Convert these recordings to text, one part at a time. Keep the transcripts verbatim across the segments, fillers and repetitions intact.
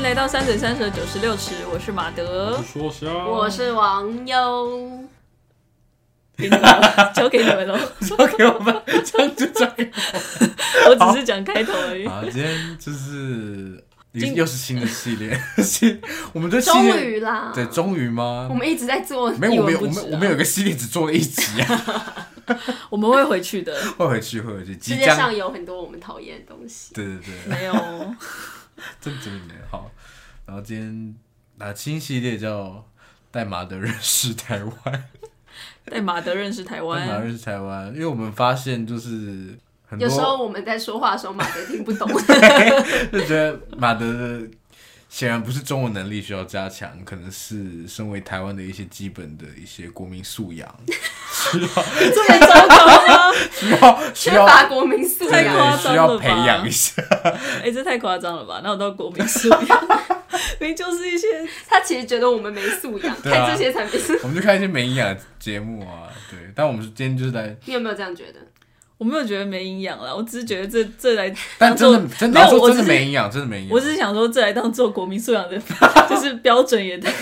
来到三嘴三舌九十六尺，我是马德， 我是说笑， 我是王优。 给你们了，交给你们了， 交给我们，这样就交给我。我只是讲开头而已。 好，今天就是又是新的系列，我们对系列终于于啦， 对，终于吗？ 我们一直在做， 没有，我们有，我啊们我们有一个系列只做了一集啊。 我们会回去的， 会回去，会回去。 世界上有很多我们讨厌的东西。 对对对， 没有， 真真的没有。好，然后今天啊，新系列叫带马德认识台湾。 带马德认识台湾， 带马德认识台湾，因为我们发现就是很多有时候我们在说话的时候，马德听不懂， 就觉得马德的显然不是中文能力需要加强，可能是身为台湾的一些基本的一些国民素养需要， 这么糟糕吗？ 需要需要缺乏国民素太夸养， 张了吧需要培养一下。 哎、欸，这太夸张了吧？哪有到国民素养？明明就是一些， 他其实觉得我们没素养， 啊、 看这些才没素养。 我们就看一些没营养的节目啊，对。但我们今天就是来， 你有没有这样觉得？ 我没有觉得没营养啦，我只是觉得这这来但真的真的说真的没营养，真的没营养。 我只是想说，这来当做国民素养的，就是标准也太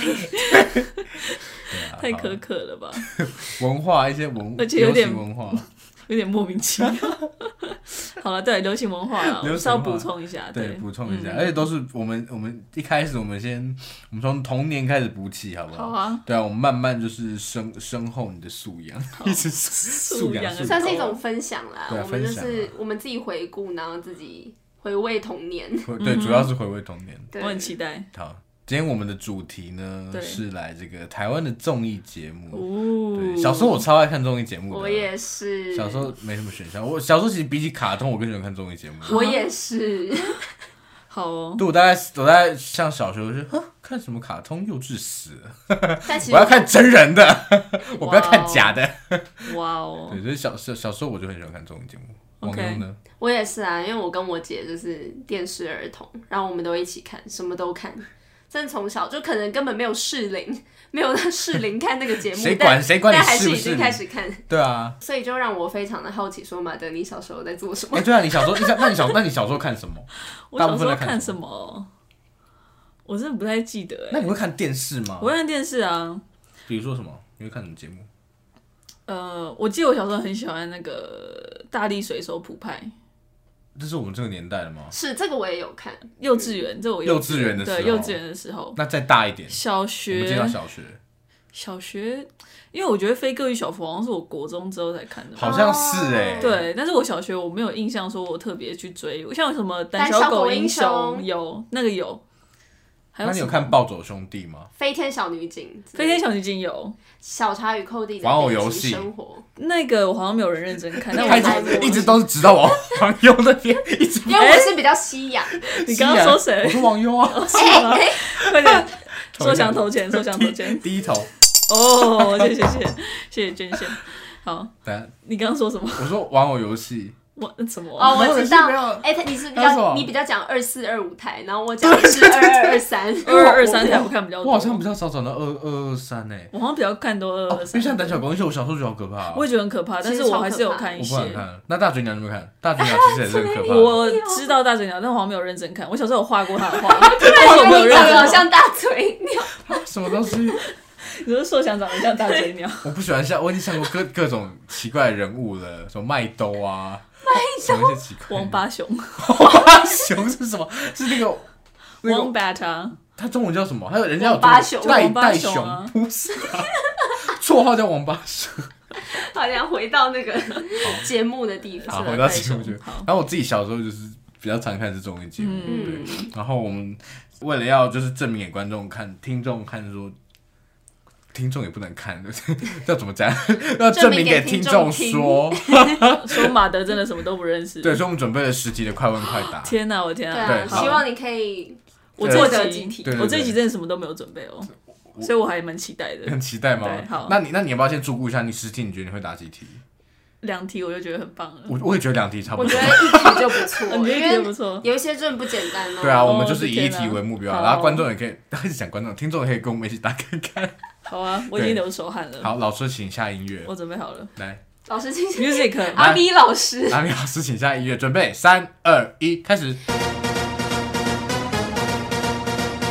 太苛刻了吧？ 文化一些文， 而且有点文化。 有点莫名其妙。好了，对，流行文化啦，我是要补充一下， 对，补充一下、嗯，而且都是我们我们一开始我们先我们从童年开始补起，好不好？ 好啊， 对啊，我们慢慢就是深深厚你的素养，一直素养， 算是一种分享啦。 对啊、 我们就是我们自己回顾，然后自己回味童年。 对，主要是回味童年。 我很期待。 好。今天我们的主题呢是来这个台湾的综艺节目。哦，对，小时候我超爱看综艺节目的。 我也是。 小时候没什么选项，我小时候其实比起卡通，我更喜欢看综艺节目。 我也是。 好哦。 对，我大概我大概像小学，我就看什么卡通幼稚死了。 但其实我要看真人的，我不要看假的。 哇哦。 对，所以小小小时候我就很喜欢看综艺节目。王优呢？ 我也是啊，因为我跟我姐就是电视儿童，然后我们都一起看，什么都看。真的从小就可能根本没有适龄，没有让适龄看那个节目， 谁管谁管你是不是？ 但还是已经开始看。 对啊， 所以就让我非常的好奇，说马德，你小时候在做什么？ 哎、欸，对啊，你小时候，那你小那你小时候看什么？ 我小时候看什么？我真的不太记得哎。 那你会看电视吗？ 我会看电视啊。 比如说什么？你会看什么节目？ 呃，我记得我小时候很喜欢那个《大力水手普派》。 这是我们这个年代的吗？ 是，这个我也有看。 幼稚园，这我幼稚园的时候， 对，幼稚园的时候。 那再大一点， 小学。 我们进到小学。 小学，因为我觉得《飞哥与小福》好像是我国中之后才看的。 好像是哎、欸。 对，但是我小学我没有印象说我特别去追，像什么《胆小狗英雄》有那个有。 那你有看《暴走兄弟》吗？ 飞天小女警， 飞天小女警有。 小茶与寇弟的玩偶游戏生活， 那个我好像没有人认真看，但我一直都是直到王王优那边，一直因为我是比较西洋的。 你刚刚说谁？ 我说王优啊， 是吗？快点，说想投钱，说想投钱， 第一头。 哦，谢谢谢谢谢谢捐献。好，你刚刚说什么？ 我说玩偶游戏。 我什么？ 哦，我知道。哎、欸，你是比较你比较讲二四二五台，然后我讲的是二二二三， 二二二三台我看比较多。 我好像比较少找到二二二三诶。 我好像比较看都二二三。 因为像胆小狗英雄，我小时候觉得好可怕、啊。 我也觉得很可怕，但是我还是有看一些。 我不敢看。那大嘴鸟你有没有看？大嘴鸟其实也是很可怕。 我知道大嘴鸟，但我好像没有认真看。我小时候有画过他的画，但是我没有认真看。 好像大嘴鸟。 什么东西？ 你说硕翔长得像大嘴鸟？ 我不喜欢像，我已经像过各各种奇怪的人物了，什么麦兜啊。 麦兜，一些奇怪王八熊， 王八熊是什么？是那个那个 Wombat 啊？ 他中文叫什么？还有人家有八熊代代熊，不是啊？绰号叫王八熊。 好像回到那个节目的地方。 好，回到节目去。然后我自己小时候就是比较常看这综艺节目，对。然后我们为了要就是证明给观众看、听众看说。听众也不能看，要怎么讲？要证明给听众说， 说马德真的什么都不认识。 对，所以我们准备了十集的快问快答。 天哪，我天哪！ 对，希望你可以我获得集体。 我这一集真的什么都没有准备哦，所以我还蛮期待的。 很期待吗？ 好， 那你那你要不要先注估一下，你十题你觉得你会答几题？ 两题我就觉得很棒了。 我我也觉得两题差不多。 我觉得一题就不错， 你觉得一题就不错？ 有一些真的不简单哦。 对啊，我们就是以一题为目标，然后观众也可以，一直讲观众，听众也可以跟我们一起打看看。 好啊，我已经流手汗了。 好，老师请下音乐。 我准备好了。 来， 老师请 music。 阿咪老师， 阿咪老师请下音乐，准备三二一，开始。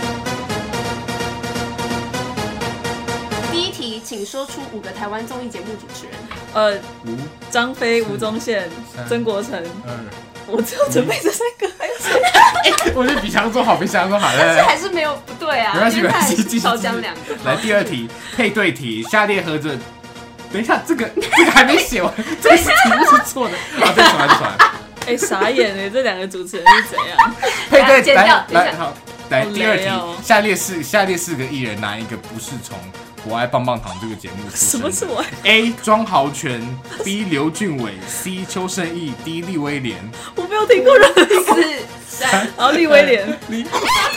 请说出五个台湾综艺节目主持人。 呃， 五、 张飞、吴宗宪、曾国成。 二， 我只有准备这三个，还有谁？ 我觉得比想象中好，比想象中好。 但是还是没有不对啊， 没关系，没关系，继续。 少讲两个。 来第二题，配对题，下列何者？等一下，这个这个还没写完，这个题目是错的。好，再重来，再重来。 哎，傻眼哎，这两个主持人是怎样？ 配对剪掉来来好，来好累哦第二题，下列四下列四个艺人哪一个不是从《我爱棒棒糖》这个节目出什身的？ 么是我爱？ A. 庄豪全 B. 刘俊伟 C. 邱胜义 D. 利威廉。 我没有听过任何一个。 四三， 然后利威廉， 李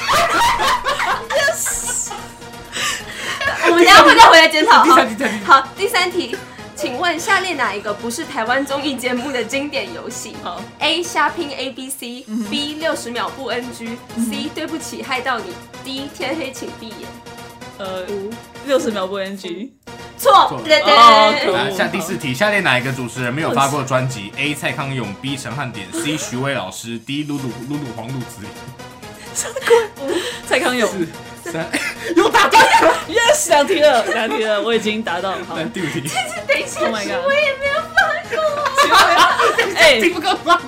我们等一下会再回来检讨。 第三题，第三题。 好，第三题，请问下列哪一个不是台湾综艺节目的经典游戏？ 好 A 虾拼 A B C，B 六十秒不 N G，C 对不起害到你，D 天黑请闭眼。 呃，六十秒不 N G。 错，对对哦可恶来下第四题，下列哪一个主持人没有发过专辑 ？A. 蔡康永 B. 陈汉典 C. 徐伟老师 D. 露露露露黄露子。 蔡康永四三又答对了。 ，yes， 两题了，两题了，我已经达到了。好来第五题， 等一下， ，Oh my 徐 god， 威也没有放过。 哎听不够放。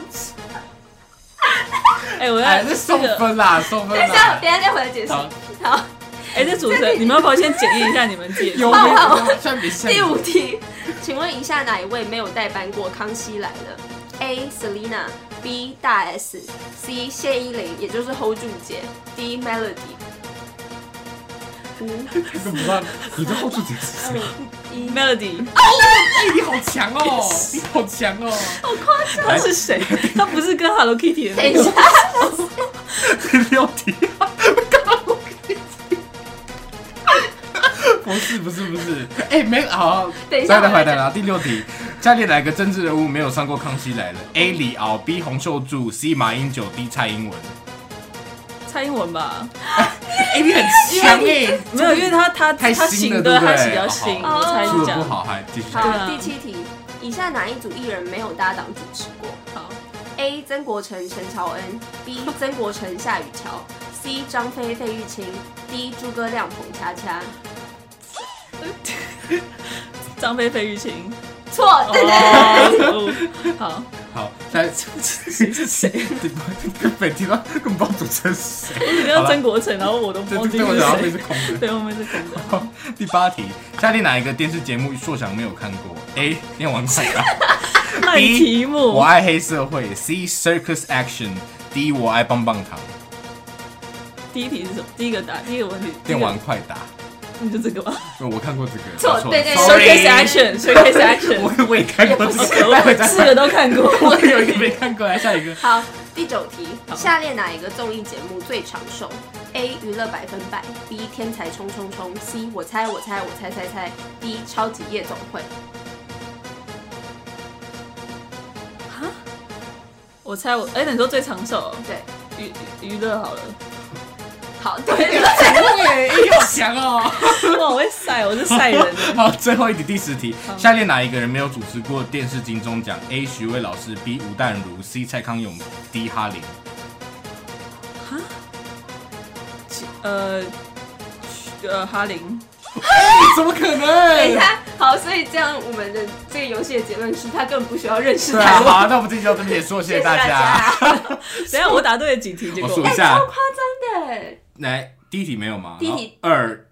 哎，我哎， 要这送这个， 分啦，送分等一下， 啦。 等一下再回来解释。 好， 好， 哎，这主持人，你们要不要先检验一下你们自己的？ 有好好没有？现在没下。 第五题，请问以下哪一位没有代班过《康熙来了》 ？A. Selina，B. 大 S，C. 谢依霖，也就是 Hold 住姐 ，D. Melody。五、 怎么办？你这后注解释谁？ 一， Melody， 哎，你好强哦！你好强哦！ 他是谁？他不是跟 Hello Kitty 的等一那个下， 六题，不是不是不是，哎，没好， 等一下再回来了。第六题，下列哪个政治人物没有上过《康熙来了》 ？A. 李敖 B. 洪秀柱 C. 马英九 D. 蔡英文。 蔡英文吧？ 哎，你很强哎！ 没有，因为他他太他新了对，他对不对比较新， 好我猜是这样说的不。好，还继续好对啊， 第七题，以下哪一组艺人没有搭档主持过好， ？A. 曾国成、陈乔恩 B. 曾国成、夏雨乔 C. 张飞、费玉清 D. 诸葛亮、彭恰恰。 张飞、费玉清。 错，对对。 哦，好， 好，下一谁是谁？ 根本听到根本不知道主持人是谁。 你叫曾国成，然后我都这忘记这我想要是谁。 是空的。 对，后面是空的。 第八题，下列哪一个电视节目硕翔没有看过 ？A. 电玩快打烂题目。 我爱黑社会 C. Circus Action D. 我爱棒棒糖。 第一题是什么？第一个答，第一个问题。 电玩快打， 你就这个吧。 我看过这个。 错对对 Showcase Action，Showcase Action。 我我也看过这可个，待会再恶，四个都看过。 我有一个没看过，来下一个。 好，第九题，下列哪一个综艺节目最长寿 ？A. 娱乐百分百 B. 天才冲冲冲 C. 我猜我猜我猜猜猜 D. 超级夜总会。 我猜我，哎，你说最长寿？ 对， 娱娱乐好了。 好，对对，你好强哦！ 哇，我会晒，我是晒人的。 好，最后一题，第十题， 好下列哪一个人没有主持过电视金钟奖 ？A. 徐伟老师 B. 吴淡如 C. 蔡康永 D. 哈林。 呃，呃，哈林。 怎么可能？ 等一下，好，所以这样我们的这个游戏的结论是他根本不需要认识对啊， 台湾。 好，那我们这期就到这边结束，谢谢大家。 等一下我答对了几题？结果我数一下超，夸张的， 来，第一题没有吗？ 第一题然后二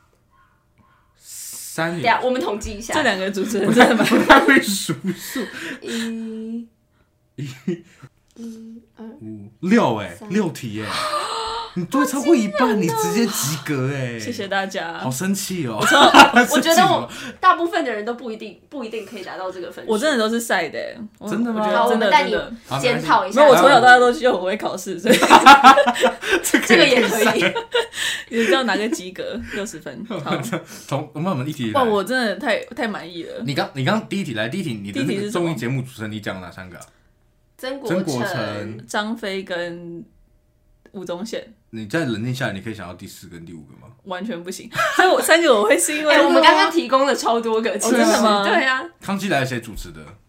三题， 等一下我们统计一下， 这两个主持人真的蛮…… 不太会数数。 一、一、二， 五六哎，六题哎，你对超过一半，你直接及格哎！ 谢谢大家好。生气哦！ 我觉得我大部分的人都不一定不一定可以达到这个分数。 我真的都是晒的，我真的吗好， 我觉得真我们带你的真的。 好检讨一下。 没有，我从小到大都就很会考试，所以这这个也可以。 你只要拿个及格，六十分。好， 从我们我们一题来哇，我真的太太满意了。 你刚你刚第一题来，第一题你的第一题是什么那个综艺节目主持人，你讲了哪三个啊？ 曾国曾国成成， 张飞跟吴宗宪你再冷静下来，你可以想到第四跟第五个吗？ 完全不行，所以我三个我会是因为哎，我们刚刚提供了超多个，其实真的吗对啊， 康熙来了谁主持的？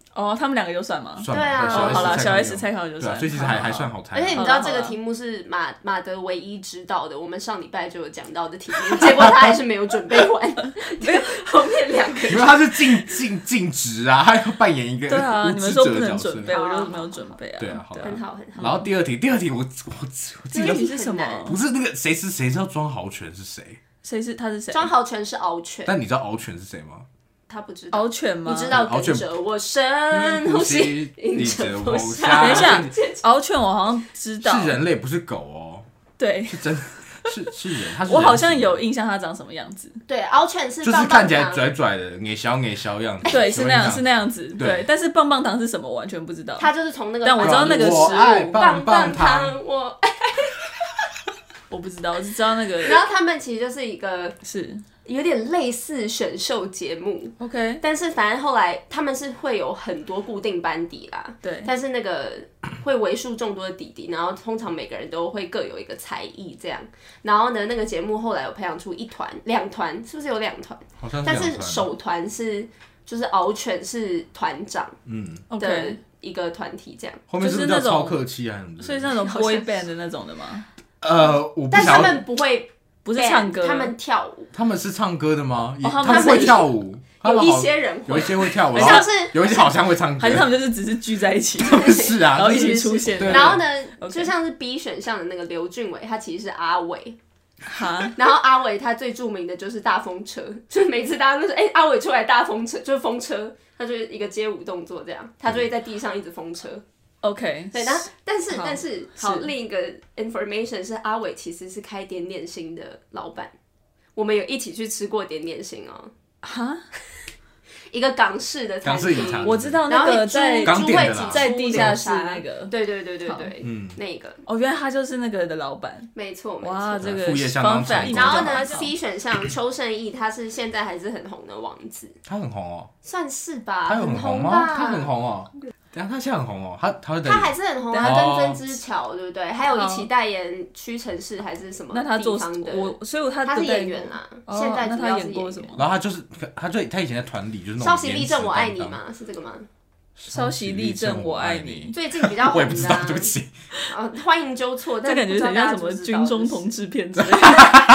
哦，他们两个就算吗？ 算对啊吧，小 S 好啦，小蔡康永 S 蔡康永就对啊， 算， 所以其实还好还算好猜。 而且你知道这个题目是马马德唯一知道的，我们上礼拜就有讲到的题目，结果他还是没有准备完，没有后面两个。 因为他是尽尽尽职啊，他要扮演一个对啊， 无你们说不知者的角色。 能准备，我就没有准备啊。 对啊，好很好很好。 然后第二题，第二题我我我记得这题是什么？ 不是那个谁是谁知道庄豪权是谁？ 谁是他是谁？ 庄豪权是敖犬， 但你知道敖犬是谁吗？ 他不知道。 敖犬吗？ 你知道跟敖犬着我深呼吸，迎着风沙。 等一下，敖犬我好像知道， 是人类不是狗哦。 对， 是真是是人，他是我好像有印象他长什么样子。 对，敖犬是就是看起来拽拽的，眼小眼小样子。 对，是那样是那样子。 对， 对，但是棒棒糖是什么，我完全不知道。 他就是从那个， 但我知道那个食我爱物， 棒棒糖， 我我不知道，我只知道那个。 然后他们其实就是一个是有点类似选秀节目 ，OK， 但是反正后来他们是会有很多固定班底啦， 对， 但是那个会为数众多的弟弟，然后通常每个人都会各有一个才艺这样，然后呢，那个节目后来有培养出一团、两团，是不是有两团？ 好像是但两团。 是首团是就是敖犬是团长嗯的 ，OK， 一个团体这样， 后面是不是叫超客气啊什么的？ 所以是那种 boy band 的那种的吗？ 呃，我不但他想要们不会。 不是唱歌， 他们跳舞， 他们是唱歌的吗？ 哦他们他们会跳舞，他们有一好些人会有一些会跳舞， 像是有一些好像会唱歌， 还是他们就是只是聚在一起， 是啊， 然后一起出现。 对然后呢， OK 就像是 B 选项的那个刘俊伟，他其实是阿伟。 哈， 然后阿伟他最著名的就是大风车，就是每次大家都说，哎、欸，阿伟出来大风车，就是风车，他就是一个街舞动作这样，他就会在地上一直风车。 OK， 对，但但是好但是好， 是另一个 information 是阿伟其实是开点点心的老板，我们有一起去吃过点点心哦。 哈， 一个港式的餐厅， 港式饮茶我知道那然后个在港点的啦猪会在地下室室那个， 对对对对好对， 嗯那个哦，原来他就是那个的老板。 没错没哇， 错。 这个副业相当 fun 成 fact 功然后呢一讲就好 ，C 选项邱胜义他是现在还是很红的王子， 他很红哦， 算是吧， 他有很红吗？ 吧？ 他很红哦，等下他现在很红哦，他他会在他还是很红， 对他哦跟曾之乔对不对？还有一起代言屈臣氏还是什么那他做地方的？ 我，所以他他是都在演员啦， 哦现在那他主要是演过什么？ 然后他就是他最他以前在团里就是那种稍息立正我爱你颜值担当？ 吗？是这个吗？ 稍息立正我爱你， 最近比较红的、 我也不知道， 啊， 对不起。 啊，欢迎纠错， 这但感觉很像什么军中同同志片之类的。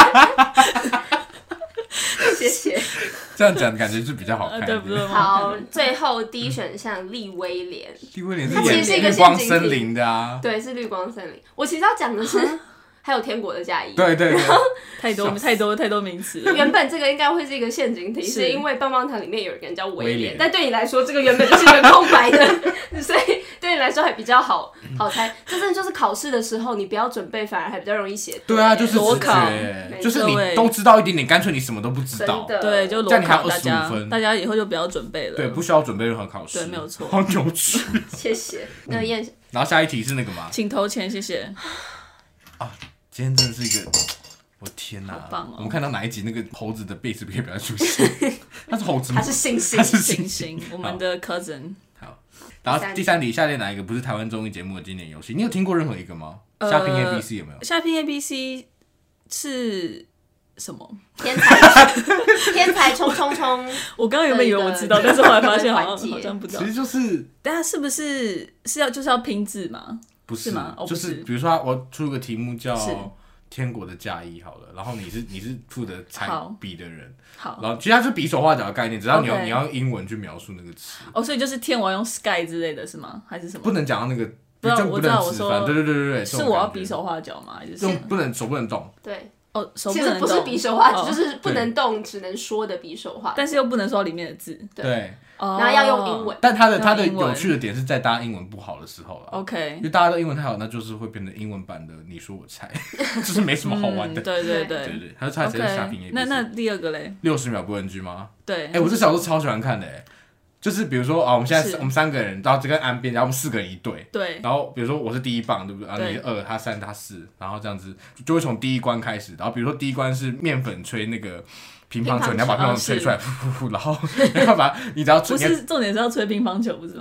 谢谢。 这样讲感觉是比较好看呃， 一点。 对不对？ 好，最后 D 选项利威廉， 地威廉是它其实是一个演绿光陷阱题森林的啊。 对，是绿光森林。我其实要讲的是，还有天国的嫁衣。 对对对， 太多太多太多名词了。 原本这个应该会是一个陷阱题， 是是因为棒棒糖里面有一个人叫威廉， 威廉但对你来说，这个原本就是一个空白的，所以对你来说还比较好好猜。这真的就是考试的时候，你不要准备，反而还比较容易写。 对啊，就是直裸考觉，就是你对都知道一点点，干脆你什么都不知道真。的对，就裸这样你还有考，大家二十五分大家以后就不要准备了。 对，不需要准备任何考试。 对没有错好扭曲。 谢谢。那燕， 然后下一题是那个嘛？ 请投钱，谢谢。 今天真的是一个，我天哪！ 好棒哦我们看到哪一集那个猴子的背是不是可以不要出现？它是猴子吗？ 他是星星它，是星星星，我们的 cousin。 好，然后第三题，下列哪一个不是台湾综艺节目的经典游戏？你有听过任何一个吗？虾拼 A B C 有没有？ 虾拼 A B C 是什么？ 天才天才冲冲冲！ 我刚刚原本以为我知道， 对但是后来发现好像环节好像不知道其。实就是大家是不是是要就是要拼字吗？ 不是是吗哦就是不是比如说我出个题目叫是 《天国的嫁衣》好了，然后你是你是负责采好笔的人， 好然后其实它是比手画脚的概念，只要你要 OK 你要用英文去描述那个词， 哦，所以就是天我要用 sky 之类的是吗？还是什么？ 不能讲到那个， 不知道就不我知道我说能直翻，对对对对对，这是种感觉我要比手画脚吗？还是什么用不能手不能动， 对， 哦手其实不是能动比手画， 哦就是不能动，只能说的比手画。 但是又不能说里面的字， 对对。 哦然后要用英文。 但它的它的用英文有趣的点是在大家英文不好的时候了。 OK， 因为大家都英文太好，那就是会变成英文版的你说我猜，就是没什么好玩的。 嗯、对对对对，他就猜谁是虾兵 A B C。 那那第二个嘞？ 六十秒不 N G 吗？ 对， 哎、欸，我这小时候超喜欢看的，哎，就是比如说啊，我们现在是我们三个人，然后这跟安边，然后我们四个人一队， 对， 然后比如说我是第一棒，对不对？然后你是二，他三，他四，然后这样子就会从第一关开始，然后比如说第一关是面粉吹那个乒乓球，你要把乒乓球吹出来，噗噗噗，然后你要把你只要吹， 不是重点是要吹乒乓球，不是吗？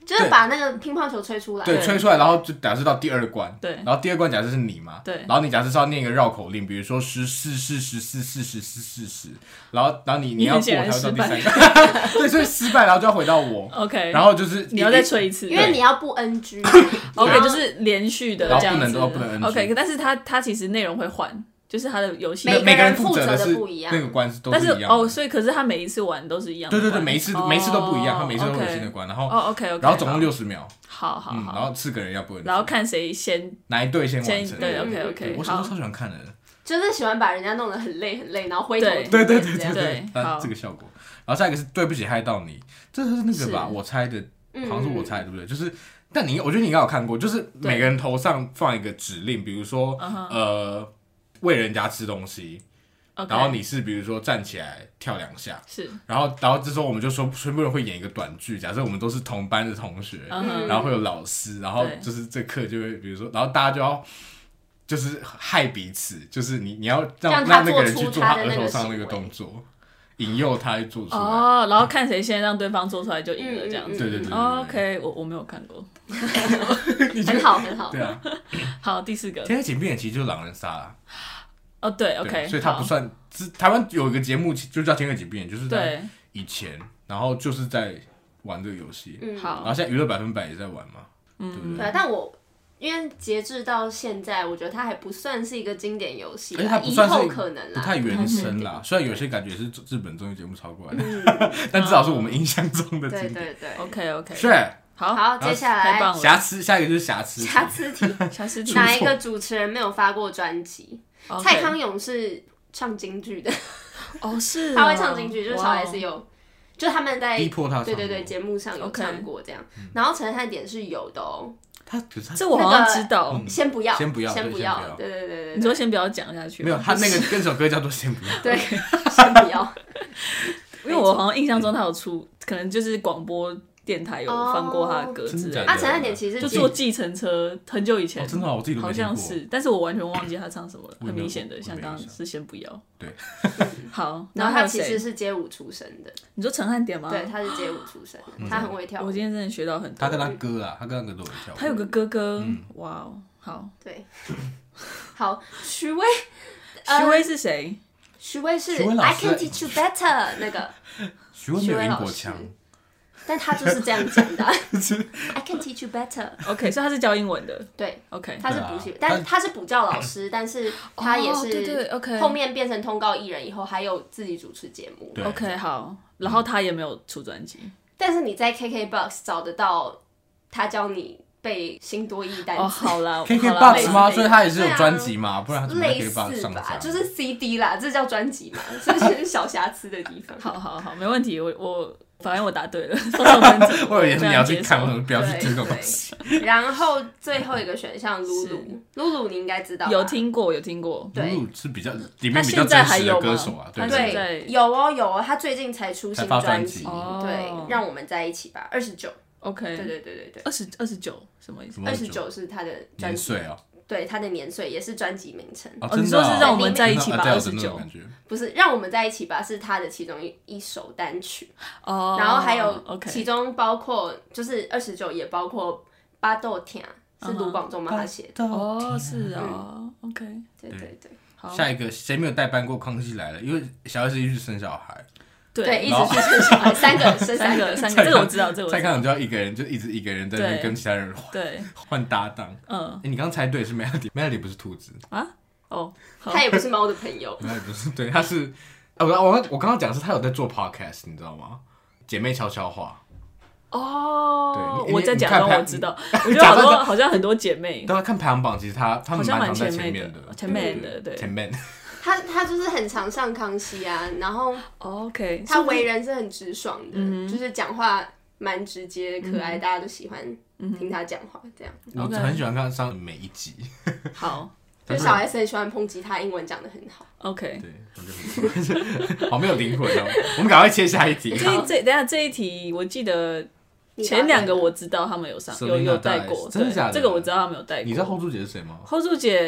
就是把那个乒乓球吹出来， 对，吹出来，然后就假设到第二关， 对， 然后第二关假设是你嘛， 对， 然后你假设是要念一个绕口令，比如说十四四十四四十四四十，然后然后你你要过才会到第三个，对，所以失败，然后就要回到我 ，OK， 然后就是你要再吹一次， 因为你要不 N G，OK， 就是连续的这样子， 然后不能都不能 N G ，OK， 但是它它其实内容会换。就是他的游戏， 每个人负责的是不一样， 那个关都是一样的。 哦，所以可是他每一次玩都是一样的。 对对对，每一次、 哦、 每一次都不一样，他每一次都有新的关，然后哦 OK OK， 然后总共六十秒， 好好好、嗯， 然后四个人要不能， 然后看谁先哪一队先完成。 对 OK OK， 我小时候超喜欢看的， 就是喜欢把人家弄得很累很累，然后灰头土对对对对对，好这个效果。然后下一个是对不起害到你，这是那个吧？我猜的，好像是我猜对不对？就是。但你，我觉得你应该有看过，就是每个人头上放一个指令，比如说，呃。喂人家吃东西， okay. 然后你是比如说站起来跳两下， 是， 然后然后这时候我们就说全部人会演一个短剧，假设我们都是同班的同学，嗯、然后会有老师，然后就是这课就会比如说，然后大家就要就是害彼此，就是你你要让让那个人去做他额头上那个动作，引诱他去做出来， 哦，然后看谁先让对方做出来就赢了这样子， 对对对, 对, 对、 哦、，OK， 我我没有看过， 很好很好， 对啊， 好，第四个， 天黑请闭眼其实就是狼人杀啦。 哦，对 ，OK， 所以它不算。台湾有一个节目就叫《天黑请闭眼》，就是在以前，然后就是在玩这个游戏。 嗯， 好。然后现在娱乐百分百也在玩嘛， 嗯， 对不对？ 对，但我因为截至到现在，我觉得它还不算是一个经典游戏， 而且它不算是以后可能啦， 不太原生啦。虽然有些感觉是日本综艺节目抄过来的，嗯、但至少是我们印象中的经典。 对对对 ，OK OK， 是。 好， 好，接下来瑕疵，下一个就是瑕疵。 瑕疵题， 瑕疵题。 哪一个主持人没有发过专辑？ Okay. 蔡康永是唱京剧的， 哦是， 他会唱京剧，就是小 S 有，就他们在逼迫他， 对对对，节目上有唱过这样。然后陈汉典是有的哦， 他可是这我好像知道， 先不要， 先不要， 先不要， 对对对对， 你说先不要讲下去， 没有，他那个跟首歌叫做先不要， 对，先不要， 因为我好像印象中他有出，可能就是广播。电台有放过他的歌之类的， 啊，陈汉典其实就坐计程车，很久以前， 真的，我自己都好像是，但是我完全忘记他唱什么了，很明显的，像刚刚是先不要， 对， 好， 然后他其实是街舞出身的， 你说陈汉典吗？ 对，他是街舞出身，他很会跳舞。 我今天真的学到很多， 他跟他哥啊，他跟他哥都有跳舞， 他有个哥哥，哇哦，好， 对，好，徐威， 徐威是谁？ 徐威是 I can teach you better 那个， 徐威没有英国腔。 但他就是这样讲的 ，I can teach you better。 OK， 所以他是教英文的。 对 ，OK， 他是补习，但是他是补教老师，但是他也是对对 OK， 后面变成通告艺人以后，还有自己主持节目。 OK， 好，然后他也没有出专辑， 但是你在 K K B O X 找得到他教你背新多义单词。 哦，好啦 ，K K B O X 吗？所以他也是有专辑嘛，不然他怎么 K K B O X 上架？ 就是 C D 啦，这叫专辑嘛，这是小瑕疵的地方。 好好好，没问题，我我。反正我答对了， 我以为是你要去看，我不要去追这种东西。 然后最后一个选项，露露，露露你应该知道， 有听过，有听过。 露露是比较里面比较真实的歌手啊，对对，有哦有哦，他最近才出新专辑，对，让我们在一起吧，二十九 ，OK， 对对对对对， 二十二十九什么意思？ 二十九是他的年岁哦。 对，他的年岁也是专辑名称。 哦， 你说是让我们在一起吧？二十九， 不是让我们在一起吧？是他的其中一一首单曲。 哦， 然后还有其中包括就是二十九，也包括巴豆甜，是卢广仲帮他写的。 哦，是啊 ，OK， 对对对。 下一个谁没有代班过《康熙来了》？因为小 S 一直生小孩。 对，一直去生小孩，三个生三个，三个，这个我知道，这个我知道。 蔡康永就要一个人，就一直一个人在那边跟其他人换， 对， 换搭档。嗯，你刚猜对是 Melody，Melody 不是兔子啊？哦， 他也不是猫的朋友。 Melody 不是，对，他是，我我我刚刚讲的是他有在做 podcast， 你知道吗？姐妹悄悄话。 哦，我在假装我知道，我觉得好多好像很多姐妹。 对，看排行榜，其实他他们蛮常在前面的， 前面的，对， 前面。 他他就是很常上康熙啊，然后 OK， 他为人是很直爽的，嗯、就是讲话蛮直接可爱，嗯、大家都喜欢听他讲话这样。 我很喜欢看上每一集。 好， 就小 S 很喜欢抨击他英文讲得很好。 OK， 对，好没有灵魂哦。我们赶快切下一题。 这这等一下这一题，我记得前两个我知道他们有上有有带过， 真的假的？ 这个我知道他们有带过。 你知道 hold 住姐是谁吗 ？hold 住姐。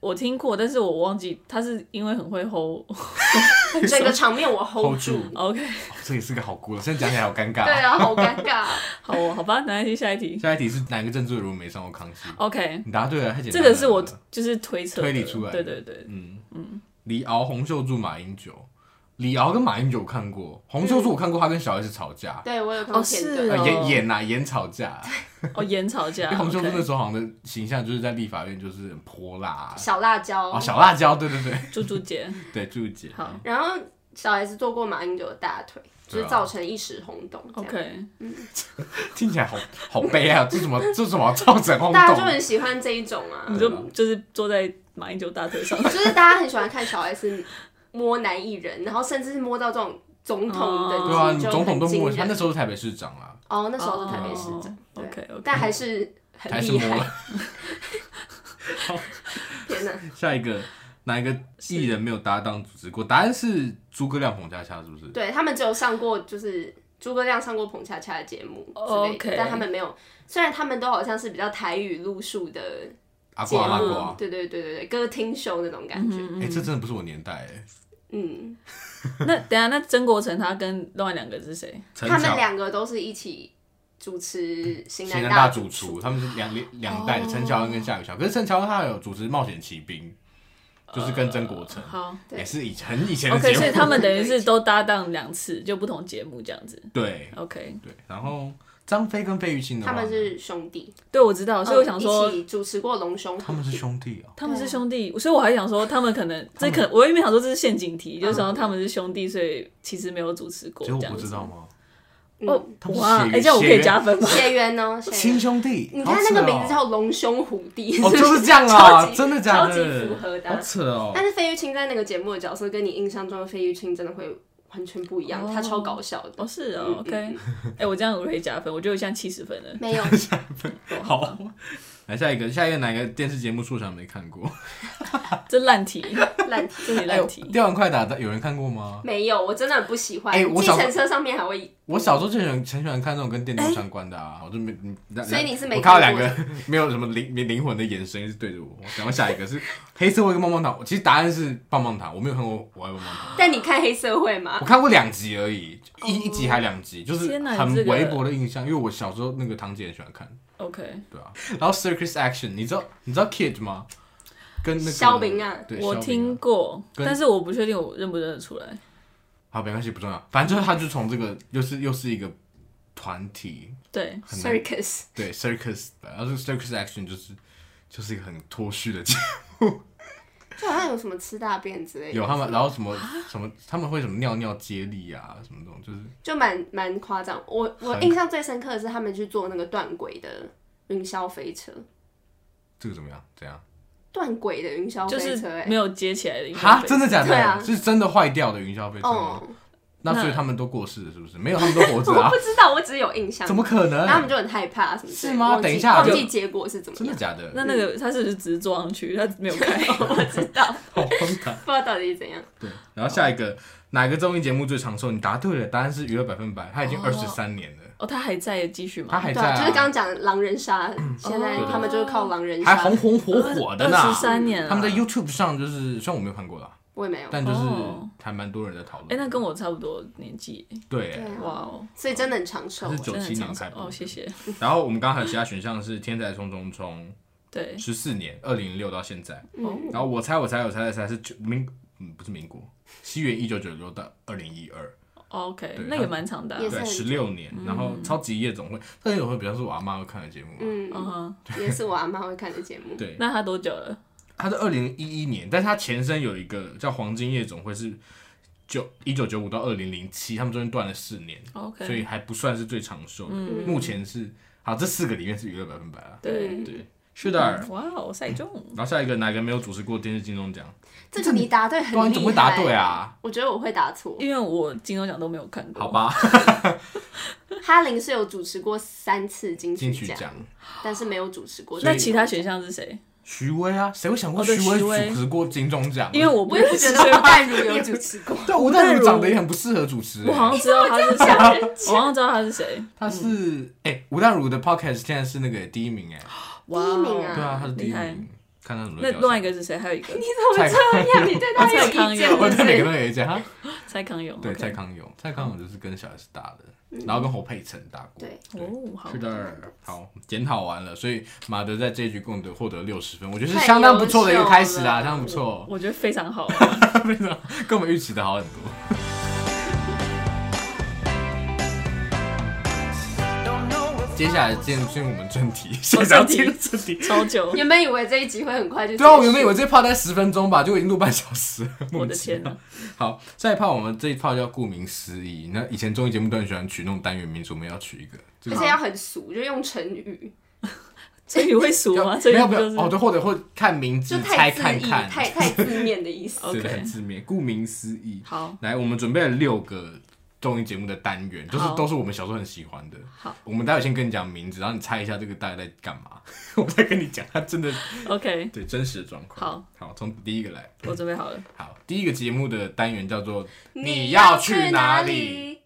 我听过，但是我忘记他是因为很会 hold 整个场面我 hold hold 住。 OK， 哦这也是个好故事，现在讲起来好尴尬。 对啊，好尴尬。 好哦，好吧，来下一题。 下一题是哪个政治人物没上过康熙 OK， 你答对了，太简单了。 这个是我就是推测推理出来的。 对对对， 嗯嗯。李敖、洪秀柱、马英九。李敖跟马英九我看过，洪秀柱我看过，他跟小 S 吵架。 对，我有看过片段。 哦， 呃演演呐，演吵架。 哦，演吵架。 因为洪秀柱那时候好像的形象就是在立法院就是很泼辣。 小辣椒。 哦，小辣椒，对对对。 猪猪姐。 对，猪猪姐。 好。 然后小 S 做过马英九的大腿，就是造成一时轰动。 OK。 嗯。 听起来好好悲啊！这怎么这怎么造成轰动？ 大家就很喜欢这一种啊。 你就就是坐在马英九大腿上。 就是大家很喜欢看小 S。摸男艺人，然后甚至是摸到这种总统的， 对啊，你总统都摸，他那时候是台北市长啦。 哦，那时候是台北市长。 OK OK， 但还是很厉害。天哪！ 下一个哪一个艺人没有搭档主持过？答案是诸葛亮、彭恰恰，是不是？ 对他们只有上过，就是诸葛亮上过彭恰恰的节目之类的，但他们没有。虽然他们都好像是比较台语路数的节目，对对对对对，歌厅秀那种感觉。 哎，这真的不是我年代哎。 嗯， 那等一下，那曾国成他跟另外两个是谁？ 他们两个都是一起主持《型男大主厨》，他们是两两代的，陈乔恩跟夏雨乔。可是陈乔恩他有主持《冒险骑兵》，就是跟曾国成， 好， 也是以很以前的节目。 OK， 所以他们等于是都搭档两次，就不同节目这样子。 对 ，OK， 对。然后张飞跟费玉清的话， 他们是兄弟。 对，我知道，所以我想说， 一起主持过《龙兄》。 他们是兄弟哦。 他们是兄弟，所以我还想说，他们可能这可我原本想说这是陷阱题，就是想说他们是兄弟，所以其实没有主持过。 结果我不知道吗？ 哦，哇，哎，这样我可以加分吗？ 血缘哦， 亲兄弟。 你看那个名字叫龙兄虎弟， 哦，就是这样啊，真的假的？ 超级符合的， 好扯哦。 但是费玉清在那个节目的角色，跟你印象中的费玉清真的会完全不一样，他超搞笑的。 哦，是哦 ，OK。哎，我这样我可以加分，我觉得我现在七十分了。 没有加分，好。来下一个，下一个哪个电视节目素常没看过？ 这烂题， 烂题， 这里烂题。 吊环快打有人看过吗？ 没有，我真的很不喜欢。 哎，我计程车上面还会。 我小时候就很很喜欢看那种跟电动相关的啊，我就没， 所以你是没我看到两个没有什么灵灵魂的眼神一直对着我。然后下一个是黑社会跟棒棒糖，其实答案是棒棒糖，我没有看过我爱棒棒糖。 但你看黑社会吗？ 我看过两集而已，一一集还两集，就是很微薄的印象，因为我小时候那个堂姐很喜欢看。 OK， 对啊，然后 Circus Action， 你知道你知道 Kid 吗？跟那个肖明啊， 我听过，但是我不确定我认不认得出来。 好，没关系，不重要，反正就是他就从这个又是又是一个团体， 对 ，Circus， 对 Circus， 然后这个 Circus Action 就是就是一个很脱序的节目。 就好像有什么吃大便之类的， 有他们，然后什么什么，他们会什么尿尿接力啊，什么这种，就是就蛮蛮夸张。我我印象最深刻的是他们去做那个断轨的云霄飞车。 这个怎么样？怎样？ 断轨的云霄飞车、欸， 就是没有接起来的云霄飞车。 哈，真的假的？ 对啊， 是真的坏掉的云霄飞车吗？哦，那所以他们都过世了，是不是？没有，他们都活着啊！ 我不知道，我只是有印象。 怎么可能？ 他们就很害怕什么？ 是吗？等一下， 忘记结果是怎么样？ 真的假的？ 那那个他是不是只是坐上去，他没有开？ 我知道， 好荒唐， 不知道到底是怎样。 对，然后下一个哪个综艺节目最长寿？你答对了，答案是娱乐百分百，它已经二十三年了。 哦，他还在继续吗？ 他还在、啊， 就是刚刚讲狼人杀，现在他们就是靠狼人杀， 还红红火火的呢。 二十三年了， 他们在 YouTube 上就是，虽然我没有看过啦。 我也没有， 但就是还蛮多人在讨论。 哎、欸，那跟我差不多年纪。 对， 哇哦，所以真的很长寿。 是九七年开播哦，谢谢。 然后我们刚刚还有其他选项是《天才冲冲冲》， 对， 十四年，二零零六到现在。 嗯， 然后我猜我猜我猜猜猜是民，嗯，不是民国，西元一九九六到二零一二。 OK， 那也蛮长的、啊， 对，十六年。嗯、然后超级夜总会，超级夜总会比较是我阿妈会看的节目嘛。 嗯嗯，也是我阿妈会看的节目。 对， 那他多久了？ 它是二零一一年，但是它前身有一个叫黄金夜总会，是九一九九五到二零零七，他们中间断了四年 ，OK， 所以还不算是最长寿的。嗯、目前是好，这四个里面是娱乐百分百啊。 对对，是的。 哇哦，赛中。 然后下一个哪个没有主持过电视金钟奖？ 这个你答对很厉害。 你怎么会答对啊？ 我觉得我会答错， 因为我金钟奖都没有看过。 好吧。 哈林是有主持过三次金曲奖，但是没有主持过。 那其他选项是谁？ 徐威啊，谁会想过徐威主持过金钟奖？ 因为我不我也不觉得吴淡如有主持过。 对，吴淡如长得也很不适合主持。 我好像知道他是谁，我好像知道他是谁。 他是哎，吴淡如的 podcast 现在是那个第一名哎， 第一名啊， 对啊，他是第一名。 看他怎么。 那另外一个是谁？还有一个你怎么这样？你对他有意见？ 我对每个都有意见。 蔡康永， 对，蔡康永，蔡康永就是跟小 S 打的，然后跟侯佩岑打过。 对， 哦，好， 是的，好，检讨完了，所以马德在这一局共得获得六十分，我觉得是相当不错的一个开始啦，相当不错。 我觉得非常好， 非常跟我们预期的好很多。接下来进进入我们正题，现在要进入正题， 超久。 原本以为这一集会很快就结束， 对啊，我原本以为这一炮才十分钟吧，结果已经录半小时了。 我的天哪！ 好，这一炮我们这一炮叫顾名思义。那以前综艺节目都很喜欢取那种单元名字，我们要取一个， 而且要很俗，就用成语。 成语会俗吗？成语不就是哦，对，或者会看名字猜看看， 太太字面的意思。 对的，很字面，顾名思义。 好， 来，我们准备了六个综艺节目的单元，就是都是我们小时候很喜欢的。 好， 我们待会先跟你讲名字，然后你猜一下这个大概在干嘛，我再跟你讲它真的 OK 对真实的状况。 好， 好，从第一个来， 我准备好了。 好，第一个节目的单元叫做你要去哪里？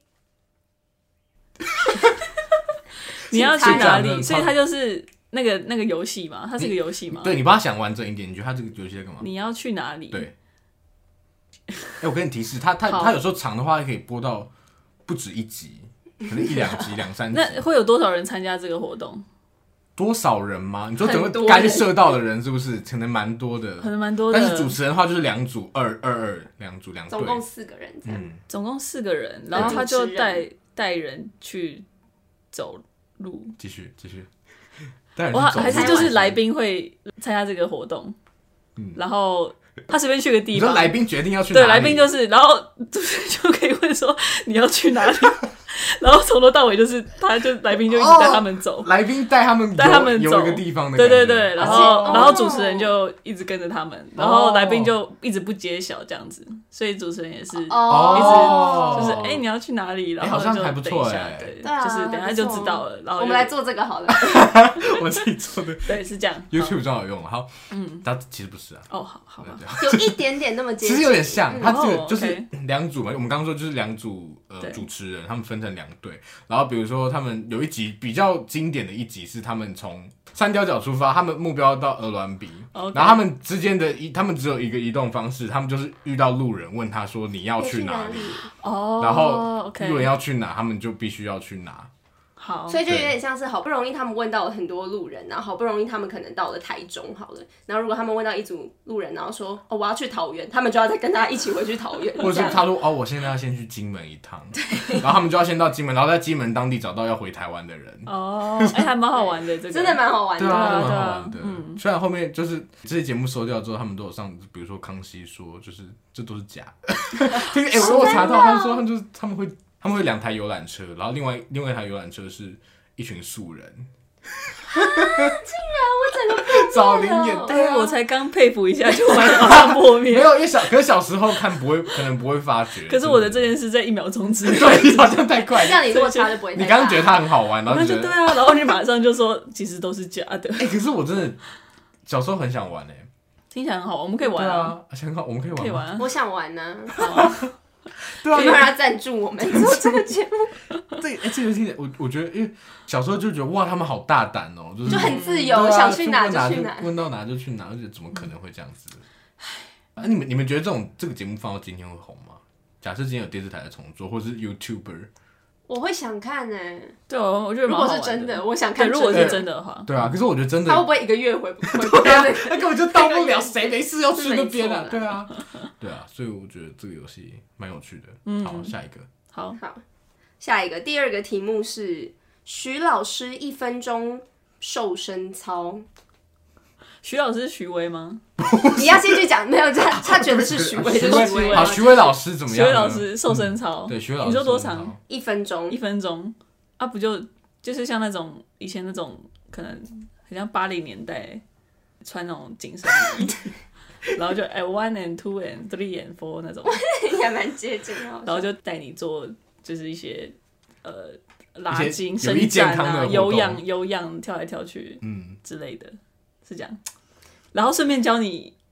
你要去哪里？所以它就是那个那个游戏嘛，它是个游戏嘛。 对，你帮他想完整一点，你觉得他这个游戏在干嘛？ 你要去哪里？ 对。哎、欸，我给你提示，他他他有时候长的话可以播到不止一集，可能一两集、两三集。 那会有多少人参加这个活动？ 多少人吗？你说整个干涉到的人是不是？可能蛮多的， 可能蛮多的。 但是主持人的话就是两组，二二二两组两队， 总共四个人这样。 嗯， 总共四个人，然后他就带带人去走路。 继续继续。带人哇， 去走路还是就是来宾会参加这个活动，嗯，然后。他随便去个地方， 你说来宾决定要去哪里？ 对，来宾就是，然后主持人就可以问说你要去哪里，然后从头到尾就是他就来宾就一直带他们走， 哦、来宾带他们带他们走一个地方的， 对对对，然后、 哦、 然后主持人就一直跟着他们，然后来宾就一直不揭晓这样子，所以主持人也是一直、 哦、 就是哎、欸、你要去哪里，然后就等一下，对， 对啊、 就是等一下就知道了，然后我们来做这个好了， 我自己做的， 对，是这样 ，YouTube 正好用，好，嗯，但其实不是啊， 哦，好好吧， 有一点点那么接近， 其实有点像，它这个哦就是两组嘛，我们刚刚说就是两组呃主持人，他们分成两队，然后比如说他们有一集比较经典的一集是他们从三貂角出发，他们目标到鹅銮鼻， okay. 然后他们之间的移，他们只有一个移动方式，他们就是遇到路人问他说你要去哪里， 哦， 然后路人要去哪，他们就必须要去哪。 好， 所以就有点像是好不容易他们问到了很多路人，然后好不容易他们可能到了台中好了，然后如果他们问到一组路人，然后说哦我要去桃园，他们就要再跟他一起回去桃园， 或者是他说哦我现在要先去金门一趟，然后他们就要先到金门，然后在金门当地找到要回台湾的人。 哦，哎、欸，还蛮好玩的，这个真的蛮好玩的， 对啊，蛮好玩的。 嗯， 虽然后面就是这些节目收掉之后，他们都有上，比如说康熙说，就是这都是假的。哎、欸，我有查到，他们说他们就是他们会他们会两台游览车，然后另外另外一台游览车是一群素人。 竟然我整个找灵眼，对啊， 我才刚佩服一下就马上破灭。 没有，因为小可是小时候看不会，可能不会发觉。 可是我的这件事在一秒钟之内， 对，好像太快。 这样你落差就不会太大。 你刚刚觉得它很好玩，然后就对啊，然后你马上就说其实都是假的。 哎、欸，可是我真的小时候很想玩哎、欸， 听起来很好，我们可以玩啊，很好，我们可以玩， 可以玩、啊。 我想玩呢、 啊。 对啊， 可以让他赞助我们做这个节目。 对，哎、欸，这个听起来，我我觉得，因为小时候就觉得哇，他们好大胆哦、喔，就是就很自由， 啊、 想去哪就去哪， 问到哪就去哪，而且怎么可能会这样子？啊，你们你们觉得这种这个节目放到今天会红吗？假设今天有电视台的重做，或者是 YouTuber， 我会想看呢、欸。 对，我觉得如果是真的，我想看。 如果是真的的话， 对啊。可是我觉得真的， 他会不会一个月回回不了？他根本就到不了，谁没事要去那边啊？对啊，对啊。所以我觉得这个游戏蛮有趣的。嗯，好，下一个。 好， 好，下一个第二个题目是徐老师一分钟瘦身操。 徐老师是徐威吗？ 你要先去讲，没有他，他觉得是徐威，就是徐威。 好，徐威老师怎么样？ 徐威老师瘦身操， 嗯、对，徐威老师。 你说多长？ 一分钟， 一分钟啊，不就就是像那种以前那种可能很像八零年代穿那种紧身衣，然后就哎 one and two and three and four 那种， 也蛮接近的。 然后就带你做就是一些呃拉筋、 伸展啊、有氧、有氧跳来跳去，嗯之类的。是这样，然后顺便教你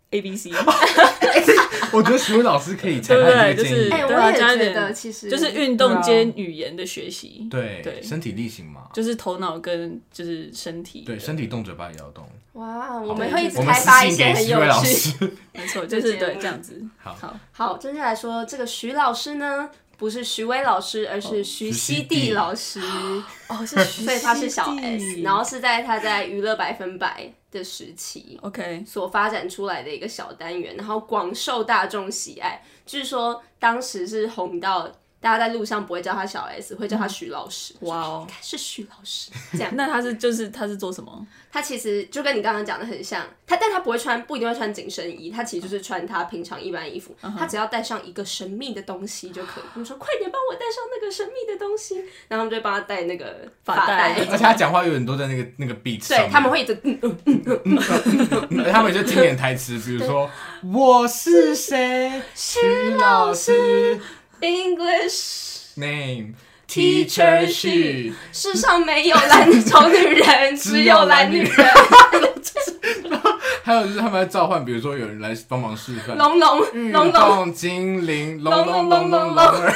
A B C， 我觉得徐伟老师可以采对不对？ 纳这个建议， 就是哎、 对啊， 我也觉加一点得其实就是运动兼语言的学习， 对对身体力行嘛， 就是头脑跟就是身体， 对身体动嘴巴也要动。 哇，我们对会一直我们开发一私信给些很有徐伟老趣。 师。 没错，就是节目对这样子。 好好， 好，接下来说这个徐老师呢，不是徐伟老师，而是徐熙徐熙娣娣老师。 哦，是徐所以他是小熙娣 S，然后是在他在娱乐百分百的时期 OK， 所发展出来的一个小单元，然后广受大众喜爱。据说当时是红到大家在路上不会叫他小 S， 会叫他徐老师。 哇哦应该是徐老师这样。 那他是就是他是做什么？ 他其实就跟你刚刚讲的很像，他但他不会穿，不一定会穿紧身衣，他其实就是穿他平常一般衣服，他只要带上一个神秘的东西就可以。他们说快点帮我带上那个神秘的东西，然后他们就会帮他带那个发发带带， 而且他讲话有点都在那个那个 beat 上对面， 他们会一直嗯嗯而且他们有些经典台词，比如说我是谁，徐老师 English。 ，name teacher 是， 世上没有蓝丑女人，只有蓝女人。 还有就是他们在召唤，比如说有人来帮忙示范， 龙龙运龙龙， 动精灵，龙龙龙龙龙儿，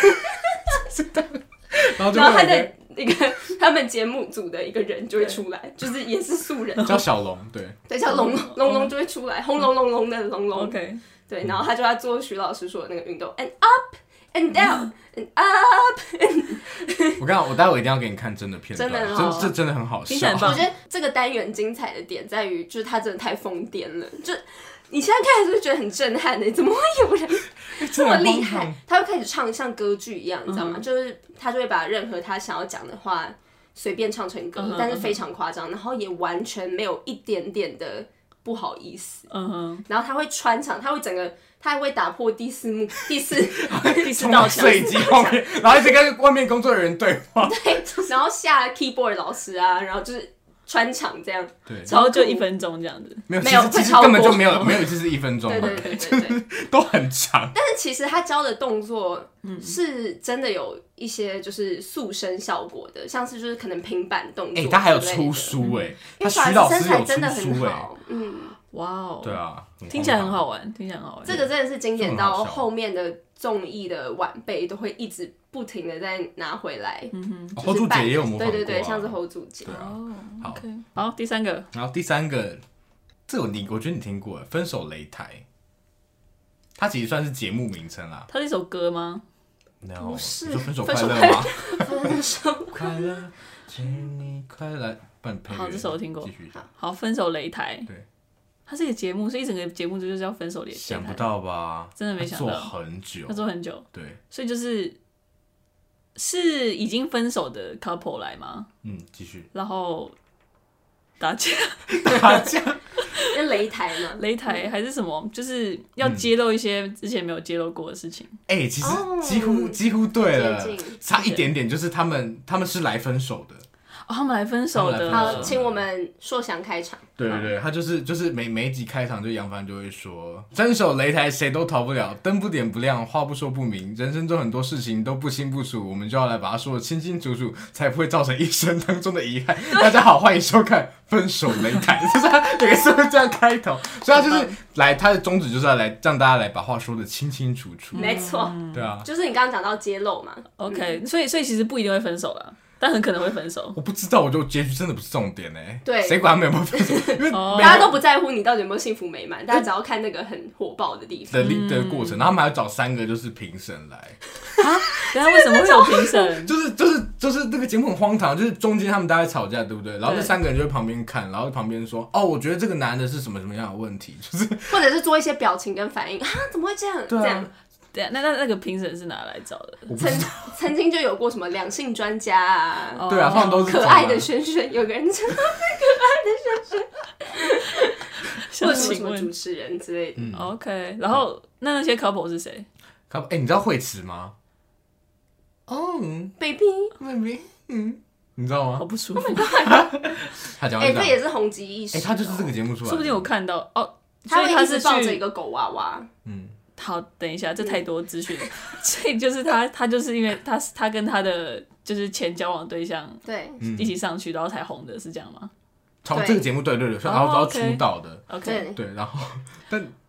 然后就然后他会有一的那个他们节目组的一个人就会出来，就是也是素人， 个叫小龙，对， 对，叫龙龙龙就会出来，轰隆隆隆的龙龙。 OK， 对，然后他就要做徐老师说的那个运动，and up and down and up。 我刚刚我待会一定要给你看真的片段， 真的很好这这真的很好笑听起来很，棒我觉得这个单元精彩的点在于，就是他真的太疯癫了，就你现在看就觉得很震撼的，怎么会有人这么厉害？他会开始唱像歌剧一样，你知道吗？ 嗯就是他就会把任何他想要讲的话随便唱成歌， 嗯哼但是非常夸张，然后也完全没有一点点的不好意思。 嗯哼， 然后他会穿场，他会整个，他还会打破第四幕第四第四冲到道墙， 摄影机后面，然后一直跟外面工作人员对话， 然后下 keyboard 老师啊，然后就是穿场这样。 对， 然后就一分钟这样子。 没有， 没有其实其实会超过根本就没有没有一次是一分钟的， 对对对对对。 都很长。 但是其实他教的动作是真的有一些就是塑身效果的，像是就是可能平板动作之类哎， 的。 他还有出书哎，他因为小徐老 S 身师有材真的出书哎， 很好，嗯， 哇哦， 对，啊， 听起来很好玩，听起来很好玩。 这个真的是经典到这很好笑后面的综艺的晚辈都会一直不停的再拿回来。 嗯哼， 哦侯柱姐也有模仿过啊， 对对对，像是侯柱姐。 对啊。 哦好 ，OK，好，第三个， 然后第三个，这个你我觉得你听过，《分手擂台》，它其实算是节目名称啦。 它是一首歌吗？ No, 不是你说分手分手快乐吗？ 分手快乐，请你快乐。不然配乐好这首我听过继续讲。 好，分手擂台， 对， 它是一个节目，是一整个节目就是叫分手擂台。 想不，到吧？ 真的没想到他做很久他。做很久， 对， 所以就是是已经分手的 couple 来吗？ 嗯，继续。 然后打架打架。 跟擂台嘛， 擂台还是什么？就是要揭露一些之前没有揭露过的事情。 哎、其实哦几乎、几乎对了接近， 差一点点，就是他们他们是来分手的。 哦，他们来分手的。 他们来分手好，请我们硕翔开场。 对对对，他就是就是每每一集开场，就杨帆就会说，分手擂台谁都逃不了，灯不点不亮，话不说不明，人生中很多事情都不清不楚，我们就要来把它说得清清楚楚，才不会造成一生当中的遗憾。大家好，欢迎收看《分手擂台》，就是他有个是会这样开头，所以他就是来他的宗旨就是要来让大家来把话说得清清楚楚。 没错， 对啊， 就是你刚刚讲到揭露嘛。 OK，所以所以其实不一定会分手啦，但很可能会分手。 我不知道，我就结局真的不是重点哎、 对谁管他们有没有分手？因为哦每个大家都不在乎你到底有没有幸福美满，大家只要看那个很火爆的地方。 的历的过程，然后他们还要找三个就是评审来。 等一下为什么会有评审？ 就是就是就是那个节目很荒唐，就是中间他们大家吵架，对不对？然后这对三个人就在旁边看，然后旁边说：“哦，我觉得这个男的是什么什么样的问题。”就是或者是做一些表情跟反应啊，怎么会这样？ 对啊这样对啊，那那那个评审是哪来找的？ 曾我不知道， 曾经就有过什么两性专家啊， 哦对啊，他们都是可爱的这种轩轩，有个人称他想或者什么什请问么主持人之类的。 嗯 ，OK，然后那那些 couple 是谁？ 哎、欸，你知道惠慈吗？哦，嗯 baby， 妹妹，嗯，你知道吗？ 好不舒服， 哎， 他讲话这也是红极一时。 哎、他就是这个节目出来的， 说不定我看到哦， 他会一直所以他是去抱着一个狗娃娃， 嗯， 好，等一下，这太多资讯，所以就是他，他就是因为他他跟他的就是前交往对象对， 嗯一起上去，然后才红的，是这样吗从对这个节目对对对，然后然后哦，OK 出道的， ？OK， 对， 对，然后但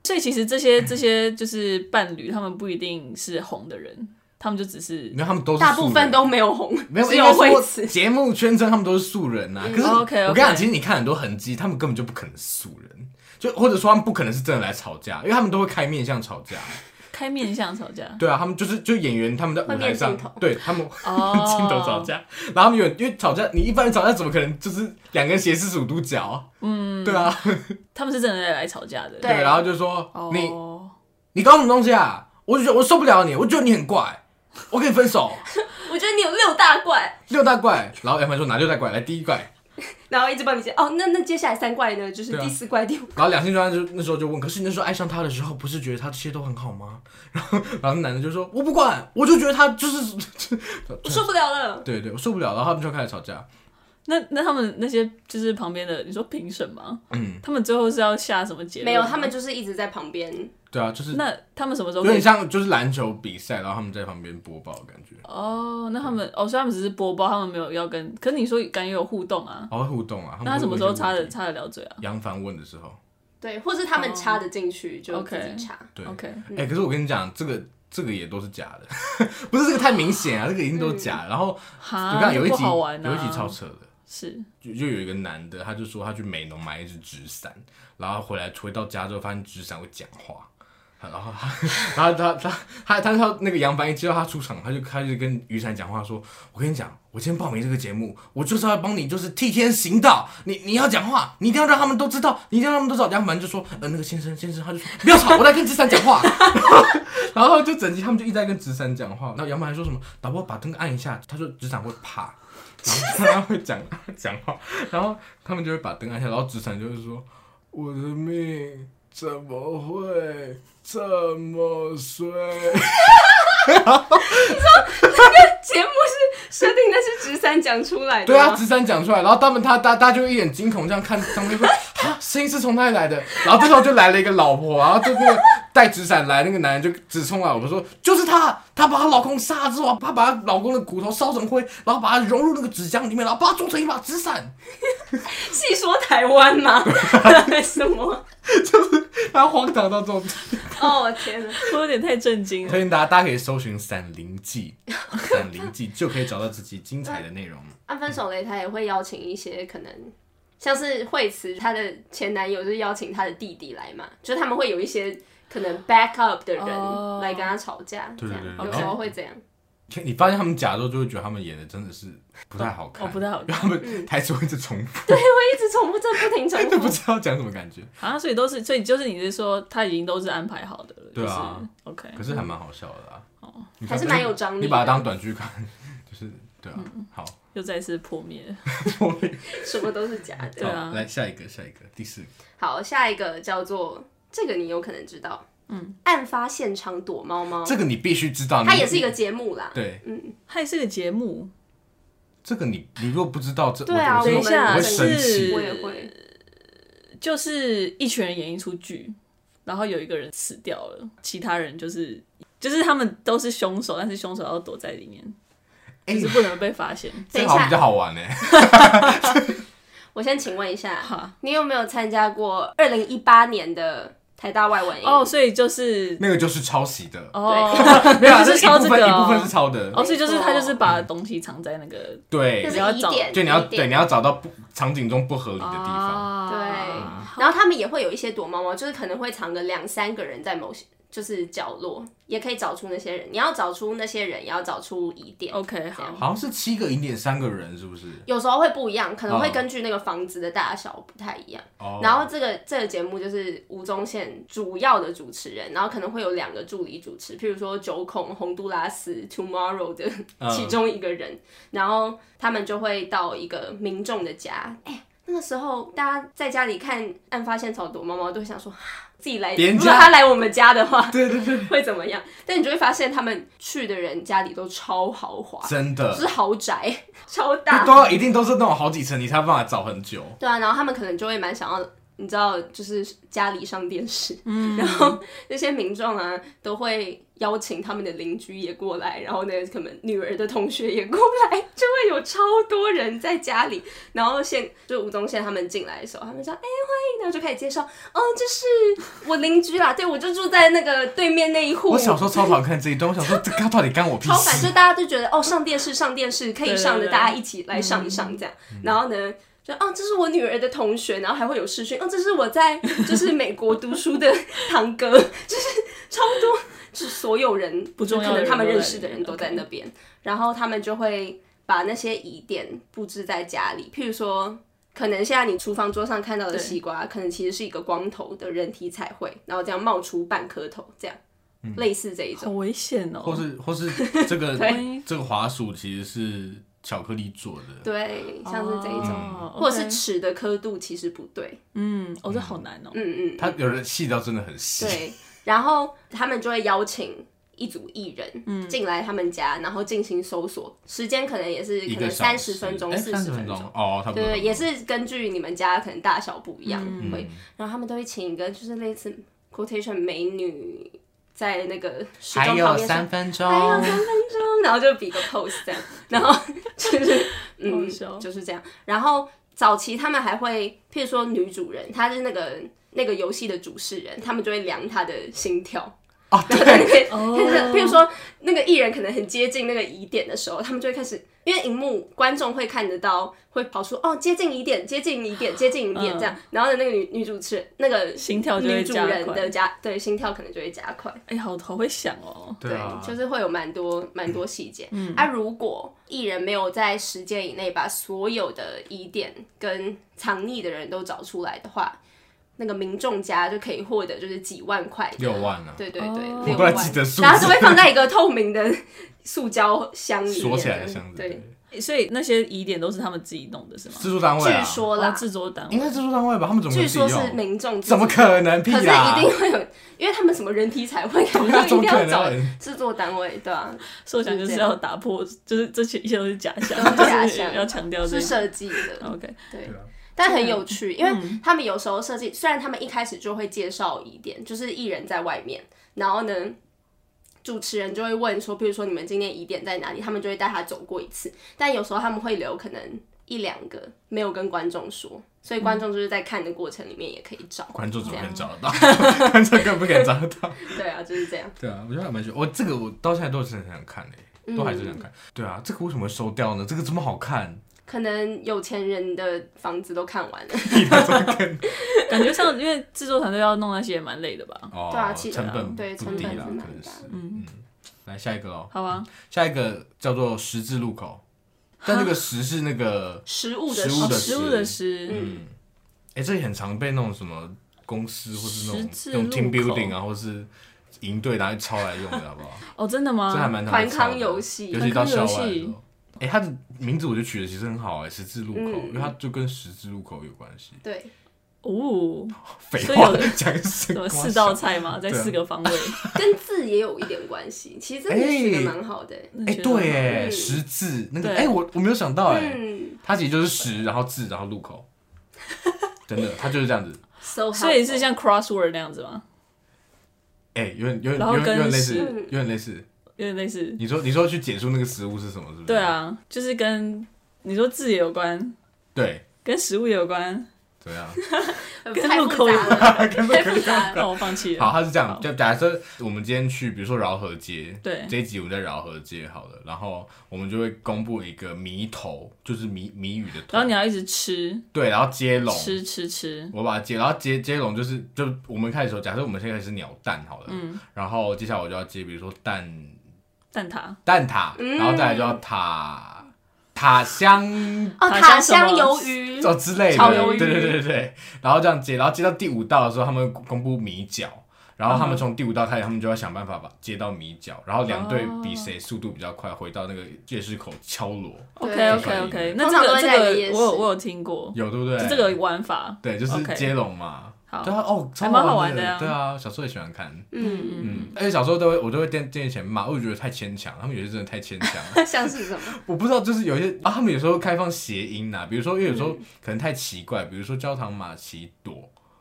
所以其实这些这些就是伴侣，他们不一定是红的人，他们就只是， 因为他们都是大部分都没有红， 没有， 只有惠子。 节目圈称他们都是素人啊。可是嗯 okay, okay. 我跟你讲，其实你看很多痕迹，他们根本就不可能是素人，就或者说他们不可能是真的来吵架，因为他们都会开面向吵架。 开面向吵架， 对啊，他们就是就演员，他们在舞台上，对他们哦镜头吵架，然后他们有因为吵架，你一般人吵架怎么可能就是两个人斜四十五度角？嗯，对啊， 他们是真的来吵架的， 对，然后就说、 哦、 你你搞什么东西啊？我就觉得我受不了你，我觉得你很怪，我跟你分手。 我觉得你有六大怪， 六大怪，然后杨凡说哪六大怪？来第一怪。 然后一直帮你写哦，那那接下来三怪呢？就是第四怪、第五怪。 然后两性专家就那时候就问，可是你那时候爱上他的时候，不是觉得他这些都很好吗？然后然后那男的就说我不管，我就觉得他就是我受不了了。 对对，我受不了，然后他们就开始吵架。 那那他们那些就是旁边的，你说评审吗？ 嗯， 他们最后是要下什么结论？ 没有，他们就是一直在旁边。 对啊，就是那他们什么时候有点像就是篮球比赛，然后他们在旁边播报的感觉。 哦，那他们哦，所以他们只是播报，他们没有要跟。可是你说感觉有互动啊？ 哦，会互动啊。 那他什么时候插得插得了嘴啊？ 杨凡问的时候。 对，或是他们插得进去就自己插。 对 ，OK。 哎、欸，可是我跟你讲，这个这个也都是假的，不是这个太明显啊，这个一定都是假的。然后我看有一集、 不好玩啊、 有一集超扯的。 是， 就就有一个男的，他就说他去美浓买一支纸伞，然后回来回到家之后，发现纸伞会讲话，然后他，然后他他他他他那个杨凡一接到他出场，他就开始跟雨伞讲话说：“我跟你讲，我今天报名这个节目，我就是要帮你，就是替天行道。你你要讲话，你一定要让他们都知道，你一定要让他们都知道。”杨凡就说：“呃，那个先生先生，他就说不要吵，我在跟纸伞讲话。然后”然后就整集他们就一直在跟纸伞讲话，然后杨凡还说什么：“导播把灯按一下。”他说纸伞会怕。然后他会讲讲话，然后他们就会把灯按下，然后纸伞就会说：“我的命怎么会这么衰？” 你说那个节目是设定的是直三讲出来的？ 对啊，直三讲出来，然后他们他大大家就一脸惊恐这样看上面说：“啊，声音是从哪里来的？”然后这时候就来了一个老婆，然后就那个带纸伞来那个男人就直冲老婆说：“就是他，他把她老公杀了之后，他把她老公的骨头烧成灰，然后把它融入那个纸浆里面，然后把它做成一把纸伞。” 细说台湾吗？什么？ 就是他荒唐到这种。 哦天哪， 我有点太震惊了。 推荐大家，大家可以搜寻《闪灵记》，《闪灵记》就可以找到自己精彩的内容。 安分守雷他也会邀请一些可能像是惠慈她的前男友，就是邀请他的弟弟来嘛，就是他们会有一些可能 back up 的人来跟他吵架， 对对对， 有时候会这样。 你发现他们假之后，就会觉得他们演的真的是不太好看， 哦，不太好看， 因为他们台词会一直重复， 对，会一直重复，这不停重复， 不知道讲什么感觉。 啊，所以都是，所以就是你是说他已经都是安排好的了， 对啊、 就是、，OK， 可是还蛮好笑的啦，哦， 还是蛮有张力的。 你把它当短剧看，就是对啊，嗯、好， 又再次破灭， 破灭， 什么都是假的。 对啊， 来下一个，下一个，第四个， 好，下一个叫做这个你有可能知道。嗯，案发现场躲猫猫， 这个你必须知道， 它也是一个节目啦。 对， 嗯， 它也是个节目。 这个你你如果不知道，这对啊， 等一下， 我会生气， 我也会。 就是一群人演一出剧，然后有一个人死掉了，其他人就是就是他们都是凶手，但是凶手要躲在里面，欸、就是不能被发现。 这好像比较好玩呢。 我先请问一下，你有没有参加过二零一八年的台大外文营？ 哦，所以就是那个就是抄袭的哦， 对，没有， 是抄这个、哦， 一部分是抄的。 哦，所以就是他就是把东西藏在那个对， 你要找， 就你要对你要找到不场景中不合理的地方。 啊、 对，然后他们也会有一些躲猫猫，就是可能会藏个两三个人在某些。就是角落，也可以找出那些人。你要找出那些人，也要找出疑点。 OK， 好， 好像是七个疑点，三个人，是不是？ 有时候会不一样，可能会根据那个房子的大小不太一样。哦、然后这个这个节目就是吴宗宪主要的主持人，然后可能会有两个助理主持，譬如说九孔、洪都拉斯、Tomorrow 的其中一个人，嗯、然后他们就会到一个民众的家。哎、欸，那个时候大家在家里看案发现场躲猫猫，都会想说。自己来，如果他来我们家的话， 对对对， 会怎么样？但你就会发现，他们去的人家里都超豪华， 真的， 就是豪宅，超大， 都要一定都是那种好几层，你才有办法找很久。 对啊，然后他们可能就会蛮想要你知道，就是家里上电视，嗯，然后那些民众啊都会邀请他们的邻居也过来，然后呢，可能女儿的同学也过来，就会有超多人在家里。然后现就吴宗宪他们进来的时候，他们说：“哎、欸，欢迎！”然后就开始介绍，哦，这是我邻居啦，对我就住在那个对面那一户。 我小时候超讨厌看这一段，我想说这他到底干我屁事？ 超烦，就大家都觉得哦，上电视上电视可以上的，对对对，大家一起来上一上这样。嗯、然后呢？就哦，这是我女儿的同学，然后还会有视讯。哦，这是我在就是美国读书的堂哥，就是超多，就是所有人不重要可能他们认识的人都在那边，然后他们就会把那些疑点布置在家里。譬如说，可能现在你厨房桌上看到的西瓜，可能其实是一个光头的人体彩绘，然后这样冒出半颗头，这样、嗯、类似这一种， 好危险哦。 或是或是这个这个滑鼠其实是巧克力做的， 对，像是这一种， 哦、 或者是尺的刻度其实不对， 嗯，哦，这好难哦， 嗯嗯， 它有的细到真的很细， 对，然后他们就会邀请一组艺人进来他们家，然后进行搜索，时间可能也是可能三十分钟、四十分钟， 哦，差不多， 对，也是根据你们家可能大小不一样，嗯、会，然后他们都会请一个就是类似 quotation 美女。在那个时钟旁边，还有三分钟， 还有三分钟，然后就比个 pose 这样，然后就是嗯，就是这样。然后早期他们还会，譬如说女主人，她是那个那个游戏的主事人，他们就会量她的心跳。 哦，对， 譬如说那个艺人可能很接近那个疑点的时候，他们就会开始，因为荧幕观众会看得到，会跑出哦接近疑点，接近疑点，接近疑点这样，嗯、然后那个女女主持人那个心跳就会加快， 女主人的加对心跳可能就会加快。 哎、欸，好好会想哦， 对，啊、对，就是会有蛮多蛮多细节。嗯，啊，如果艺人没有在时间以内把所有的疑点跟藏匿的人都找出来的话。那个民众家就可以获得就是几万块， 六万啊！ 对对对， 哦、 六万，我记得数字， 然后就会放在一个透明的塑胶箱里面， 锁起来的箱子。 对， 所以那些疑点都是他们自己弄的，是吗？ 制作单位啊， 据说啦， 制作单位应该制作单位吧？他们怎么据说是民众？ 怎么可能？屁啦！ 可是一定会有，因为他们什么人体彩绘，他们一定要找制作单位，对啊。 所以我想就是要打破，就是这些一切都是假象， 假象要强调是设计的。 OK， 对。但很有趣，因为他们有时候设计，虽然他们一开始就会介绍疑点，就是艺人在外面，然后呢，主持人就会问说，比如说你们今天疑点在哪里，他们就会带他走过一次。但有时候他们会留可能一两个没有跟观众说，所以观众就是在看的过程里面也可以找。 观众怎么可能找得到？观众更不可能找得到。 对啊，就是这样。 对啊，我觉得还蛮喜欢。我这个我到现在都是很想看的、欸，都还是想看。嗯、对啊，这个为什么会收掉呢？这个这么好看。 可能有钱人的房子都看完了， 感觉上因为制作团队要弄那些也蛮累的吧？ 哦， 对啊， 成本对成本是蛮大的。 嗯，来下一个哦。 好啊， 下一个叫做十字路口，但这个十是那个食物的食物的食物的食。 嗯，哎，这也很常被那种什么公司或是那种那种 team building 啊，或是营队拿去抄来用的，好不好？ 哦，真的吗？ 这还蛮团康游戏， 尤其到校外的时候。哎、欸，它的名字我就取得其实很好哎、欸，十字路口、嗯，因为它就跟十字路口有关系。 对， 哦， 废话讲什么四道菜嘛，在四个方位， 跟字也有一点关系。其实这个取得蛮好的、欸。 哎、欸，对哎，十字那个哎、欸，我我没有想到哎、欸嗯，它其实就是十，然后字，然后路口，真的，它就是这样子。 So 所以是像 crossword 那样子吗？ 哎、欸，有点有点有点类似，有点类似。 有点类似， 你说你说去解出那个食物是什么，是不是？ 对啊，就是跟你说字也有关， 对， 跟食物也有关， 对啊， 跟路口有关， 跟路口有关， 让我放弃了。 好，他是这样，就假设我们今天去，比如说饶河街， 对， 这一集我们在饶河街好了，然后我们就会公布一个谜头，就是谜谜语的头， 然后你要一直吃， 对，然后接龙， 吃吃吃， 我把它接，然后接接龙就是就我们开始的时候，假设我们现在是鸟蛋好了，嗯，然后接下来我就要接，比如说蛋。 蛋挞， 蛋挞，然后再来就要塔塔香哦，塔香鱿鱼哦之类的， 炒鱿鱼， 对对对对对，然后这样接，然后接到第五道的时候，他们会公布米角，然后他们从第五道开始，他们就要想办法把接到米角，然后两队比谁速度比较快，回到那个夜市口敲锣。 OK OK OK， 那这个这个我有我有听过， 有对不对？ 就这个玩法， 对，就是接龙嘛。对啊，哦， 还蛮好玩的呀。对啊，小时候也喜欢看。嗯嗯，而且小时候都会，我都会电电视前骂，我就觉得太牵强，他们有些真的太牵强了。 像是什么？ 我不知道，就是有些啊，他们有时候开放谐音呐，比如说，因为有时候可能太奇怪，比如说焦糖玛奇朵，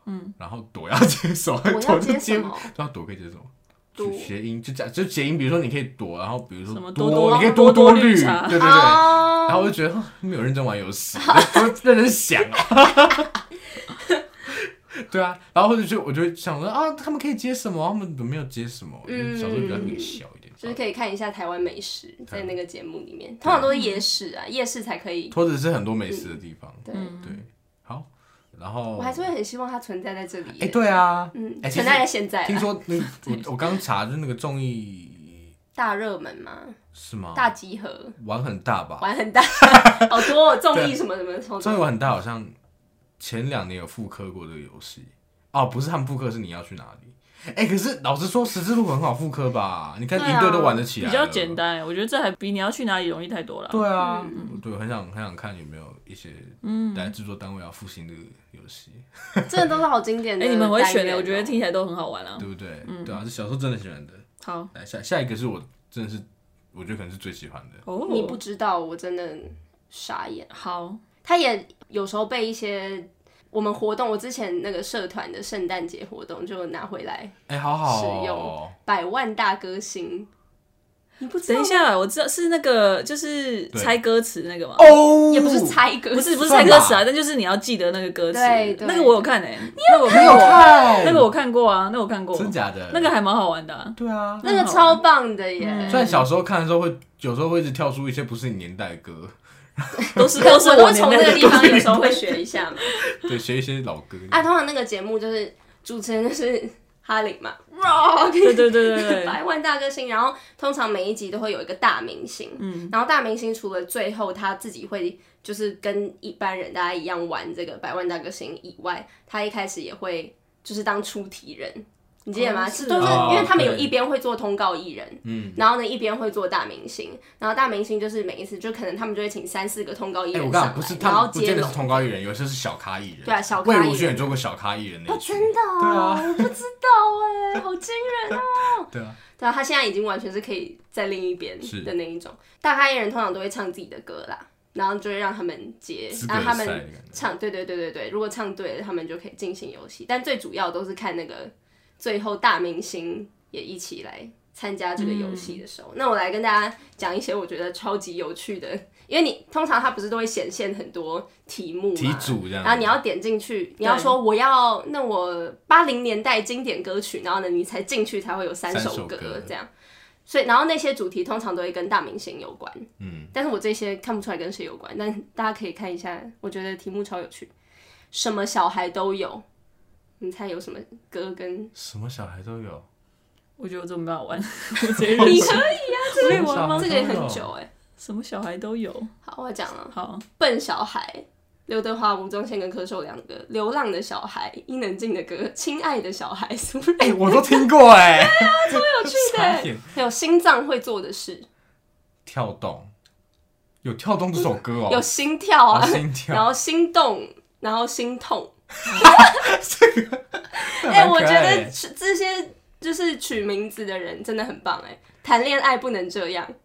嗯，然后朵要接什么？ 朵要接什么？ 对啊，朵可以接什么？ 朵谐音就讲就谐音，比如说你可以躲，然后比如说什么多， 多多你可以多多绿， 多多绿茶对对对。 哦、 然后我就觉得没有认真玩游戏，都认真想啊。对啊，然后或者就我就会想说啊，他们可以接什么？他们有没有接什么？嗯、小时候比较渺小一点， 就是可以看一下台湾美食，在那个节目里面，通常都是夜市啊，夜市才可以， 或者是很多美食的地方。 对对，好。然后我还是会很希望它存在在这里。 哎，对啊， 嗯， 欸、 存在在现在。 听说那我我刚查，就是那个综艺大热门吗？ 是吗？ 大集合玩很大吧？ 玩很大，好多综艺什么什么。 综艺玩很大，好像前两年有复刻过这个游戏。哦，不是他们复刻，是你要去哪里？哎、欸，可是老实说，十字路口很好复刻吧？你看一队都玩得起来、啊， 比较简单。我觉得这还比你要去哪里容易太多了。 对啊，嗯、对，很想很想看有没有一些来制作单位要复兴这个游戏。 真的都是好经典的。 哎、欸，你们会选的，我觉得听起来都很好玩啊， 对不对？嗯、对啊，是小时候真的喜欢的。 好， 来下下一个是我真的是，我觉得可能是最喜欢的。 哦，你不知道，我真的傻眼。 好， 他也有时候被一些。我们活动，我之前那个社团的圣诞节活动就拿回来， 哎、欸，好好、哦、 使用百万大歌星。你不知道？ 等一下，我知道是那个，就是猜歌词那个吗？ 哦， 也不是猜歌词， 不是不是猜歌词啊，但就是你要记得那个歌词。 对对， 那个我有看诶、欸， 那个我看过， 那个我看过啊，那个我看过， 真假的？ 那个还蛮好玩的、啊。 对啊， 那个超棒的耶！ 虽然小时候看的时候会，有时候会一直跳出一些不是你年代的歌。 都是都是我都从那个地方有时候会学一下嘛， 对，学一些老歌。 啊，通常那个节目就是主持人就是哈林嘛 ，rock， 对对对对对， 百万大歌星，然后通常每一集都会有一个大明星，嗯，然后大明星除了最后他自己会就是跟一般人大家一样玩这个百万大歌星以外，他一开始也会就是当出题人。你记得吗？是都是因为他们有一边会做通告艺人，嗯，然后呢一边会做大明星，然后大明星就是每一次就可能他们就会请三四个通告艺人上来， 欸、不是他们不见得是通告艺人，有些是小咖艺人。 对啊，小咖艺人。 魏如萱也做过小咖艺人那一群。哦，真的、哦？ 对啊， 我不知道哎，好惊人哦。 对啊， 对啊，他现在已经完全是可以在另一边的那一种。大咖艺人通常都会唱自己的歌啦。然后就会让他们接，然后他们唱，对对对对对，如果唱对了，他们就可以进行游戏。但最主要都是看那个最后大明星也一起来参加这个游戏的时候。嗯、那我来跟大家讲一些我觉得超级有趣的，因为你通常它不是都会显现很多题目嘛， 题组这样， 然后你要点进去，你要说我要那我八零年代经典歌曲，然后呢你才进去才会有三首歌这样。所以，然后那些主题通常都会跟大明星有关，嗯，但是我这些看不出来跟谁有关，但大家可以看一下，我觉得题目超有趣，什么小孩都有，你猜有什么歌跟什么小孩都有？ 我觉得我这没办法玩，我直接认你可以啊，这个可以玩吗？ 这个也很久哎、欸， 什么小孩都有。 好，我讲了， 好， 笨小孩。刘德华、吴宗宪跟柯受良的歌，流浪的小孩，伊能静的歌，亲爱的小孩，苏芮， 哎，我都听过哎、欸， 对啊，超有趣的。还有心脏会做的事，跳动，有跳动这首歌哦， 有心跳啊， 哦、心跳， 然后心动，然后心痛。 这个， 哎、欸，我觉得这些就是取名字的人真的很棒哎，谈恋爱不能这样。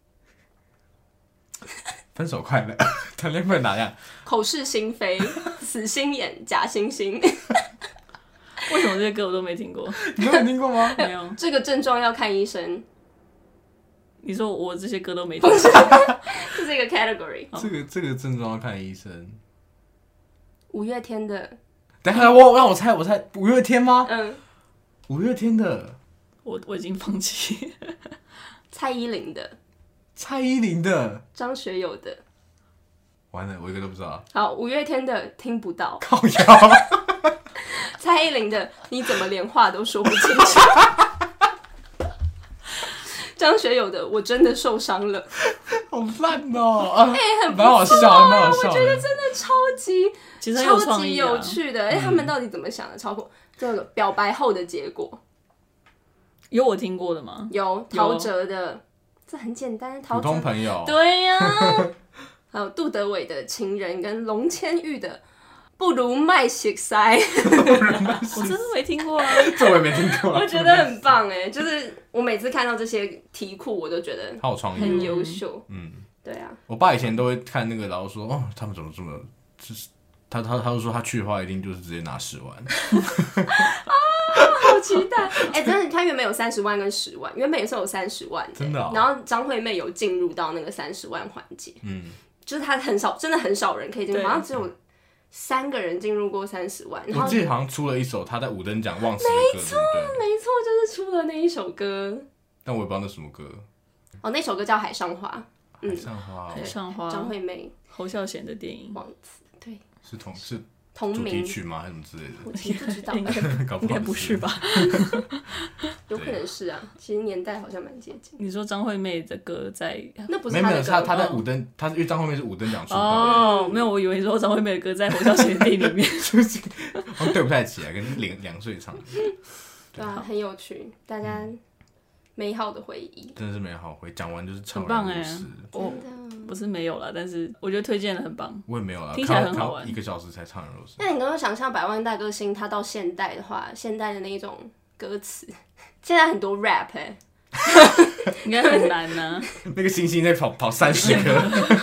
分手快乐，谈恋爱不能哪样？ 口是心非，死心眼，假惺惺。 为什么这些歌我都没听过？ 你都没听过吗？ 没有。 这个症状要看医生。 你说我这些歌都没听过， 这是一个 category。 这个这个症状要看医生。 五月天的。 等一下，我让我猜，我猜五月天吗？ 嗯。 五月天的。 我我已经放弃。 蔡依林的。 蔡依林的， 张学友的， 完了，我一个都不知道。 好，五月天的听不到， 靠腰。 蔡依林的你怎么连话都说不清楚。张学友的我真的受伤了， 好烂哦、喔！哎、 欸，很蛮好笑的，蛮好笑的。 我觉得真的超级， 其实很有超级创意啊有趣的。哎、欸，他们到底怎么想的？超过这个表白后的结果， 有我听过的吗？ 有陶喆的。这很简单， 普通朋友。 对呀、啊，还有杜德伟的情人跟龙千玉的不如卖血塞， 我真的没听过啊， 这我也没听过。 我觉得很棒哎，就是我每次看到这些题库，我都觉得好有创意， 很优秀。 嗯， 对啊。 我爸以前都会看那个，然后说哦，他们怎么这么就是他他他就说他去的话一定就是直接拿十万。 好期待！哎、欸，真的，他原本有三十万跟十万，原本也是有三十万的， 真的、哦。 然后张惠妹有进入到那个三十万环节，嗯，就是他很少，真的很少人可以进入，好像只有三个人进入过三十万。 我记得好像出了一首他在五等奖忘词的歌， 没错，没错，就是出了那一首歌。 但我也不知道那什么歌。 哦，那首歌叫《海上花》。 海上花、哦， 海上花， 张惠妹、 侯孝贤的电影， 忘词，对， 是同是同名主题曲吗？还是什么之类的？ 我其实不知道， 应该应该不是吧？ 有可能是啊，其实年代好像蛮接近。 你说张惠妹的歌在， 那不是她的歌， 没有他他在五等，他因为张惠妹是五等奖出道哦，没有，我以为你说张惠妹的歌在侯孝贤的电影里面， 好像对不太起来，跟两两岁唱的。 对啊，很有趣，大家美好的回忆， 真的是美好回忆，讲完就是很棒哎， 我不是没有啦，但是我觉得推荐的很棒， 我也没有啦， 听起来很好玩， 一个小时才唱人肉丝。 那你能够想象百万大歌星他到现代的话，现代的那一种歌词，现在很多 rap 哎、 欸，应该很难呢、啊。 那个星星在跑跑三十颗，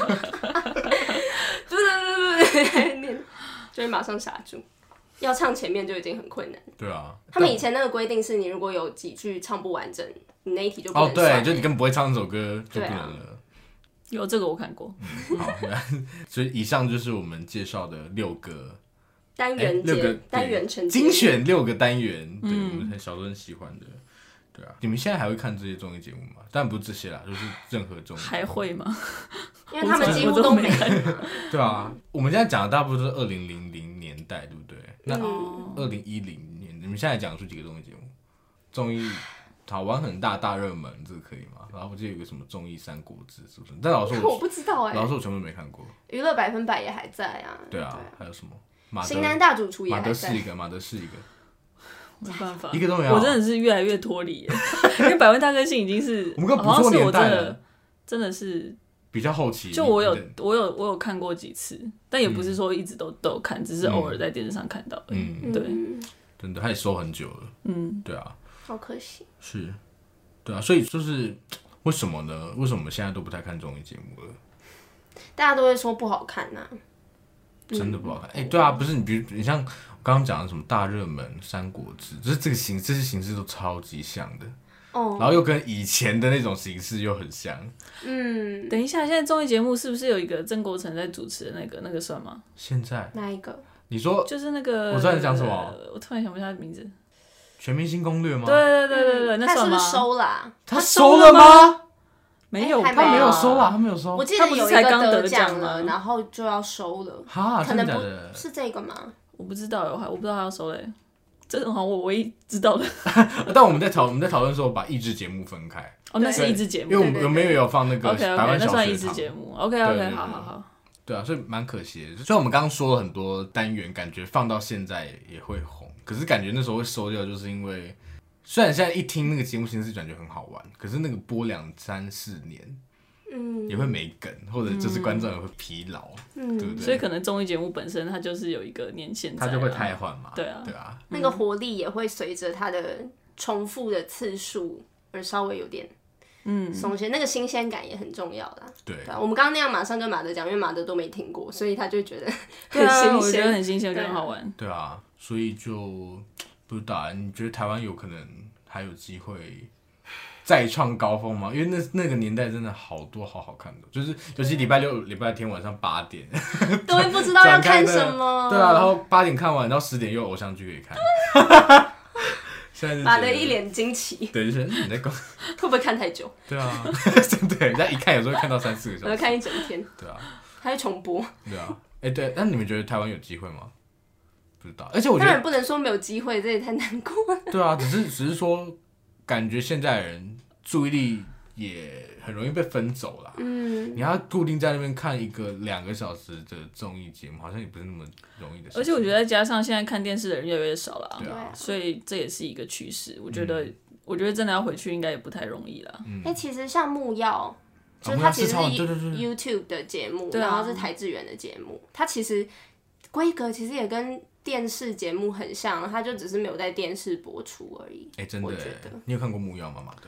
不是不是不是，就会马上傻住。要唱前面就已经很困难。 对啊， 他们以前那个规定是你如果有几句唱不完整，你那一题就不能哦， 算。 对，就你根本不会唱那首歌就不能了。 啊、 有这个我看过。 嗯、好，所以以上就是我们介绍的六个单元节、 六个单元成精选六个单元，对、 嗯、 我们很小时候很喜欢的。对啊，你们现在还会看这些综艺节目吗？当然不是这些啦，就是任何综艺。 还会吗？ 因为他们几乎都没看。 对啊，我们现在讲的大部分都是二零零零年代，对不对？那二零一零年，你们现在讲出几个综艺节目？综艺好玩很大大热门，这个可以吗？然后我记得有个什么综艺《三国志》，是不是？但老实说我不知道哎、欸， 老实说我全部没看过。 娱乐百分百也还在啊。 对啊，对啊还有什么？马德型男大主厨也还在。 马德是一个，马德是一个。 没办法， 一个都没有。 我真的是越来越脱离耶，因为百万大歌星已经是， 我们跟不错年代了， 真的是比较后期。 就我有我有我有看过几次，但也不是说一直都、嗯、都有看，只是偶尔在电视上看到而已。嗯，对， 真的，他也收很久了。嗯，对啊， 好可惜。 是，对啊，所以就是为什么呢？为什么我们现在都不太看综艺节目了？ 大家都会说不好看呐、啊， 真的不好看。哎、嗯欸，对啊，不是你，比如你像。刚刚讲的什么大热门、三国志，就是这个形，这些形式都超级像的，哦，然后又跟以前的那种形式又很像。 嗯， 等一下，现在综艺节目是不是有一个曾国城在主持的那个？那个算吗？ 现在哪一个？ 你说就是那个， 我知道你讲什么， 我突然想不起他的名字。 全明星攻略吗？ 对对对对对，那算吗？ 他是不是收啦？ 他收了吗？ 没有， 他没有收啦，他没有收。 我记得有一个得奖了，然后就要收了。 哈， 可能不的是这个吗？ 我不知道，我还我不知道他要收嘞，这好像我唯一知道的。 但我们在讨我们在讨论的时候，把益智节目分开。 哦，那是益智节目， 因为我们有没有有放那个百万小学堂， 那算益智节目。OK OK， 好好好。 对啊，所以蛮可惜的。虽然我们刚刚说了很多单元，感觉放到现在也会红，可是感觉那时候会收掉，就是因为虽然现在一听那个节目形式感觉很好玩，可是那个播两三四年。嗯，也会没梗，或者就是观众也会疲劳，嗯，对不对？ 所以可能综艺节目本身它就是有一个年限在， 它就会汰换嘛， 对啊， 对啊， 那个活力也会随着它的重复的次数而稍微有点嗯松懈，那个新鲜感也很重要啦。 对， 对啊，我们刚刚那样马上跟马德讲，因为马德都没听过，所以他就觉得很新鲜， 啊、 我觉得很新鲜，很好玩。 对啊，所以就不知道，你觉得台湾有可能还有机会再创高峰吗？因为那那个年代真的好多好好看的，就是尤其礼拜六、礼拜天晚上八点， 都会不知道要看什么。 对啊，然后八点看完，然后十点又有偶像剧可以看。现在马德一脸惊奇， 对，就是你在讲会不会看太久？ 对啊，真的，人家一看有时候会看到三四个小时， 我就看一整天。 对啊， 还会重播。 对啊，哎、欸、对，那你们觉得台湾有机会吗？不知道，而且我觉得当然不能说没有机会，这也太难过了。 对啊，只是只是说，感觉现在人注意力也很容易被分走了。嗯，你要固定在那边看一个两个小时的综艺节目，好像也不是那么容易的事情。 而且我觉得再加上现在看电视的人越来越少了， 对啊， 所以这也是一个趋势。我觉得、嗯，我觉得真的要回去应该也不太容易啦。 哎、嗯欸，其实像木曜，就是它其实是 YouTube 的节目，然后是台志远的节目，它其实规格其实也跟电视节目很像，它就只是没有在电视播出而已。 哎、欸，真的，你有看过木曜吗？马德？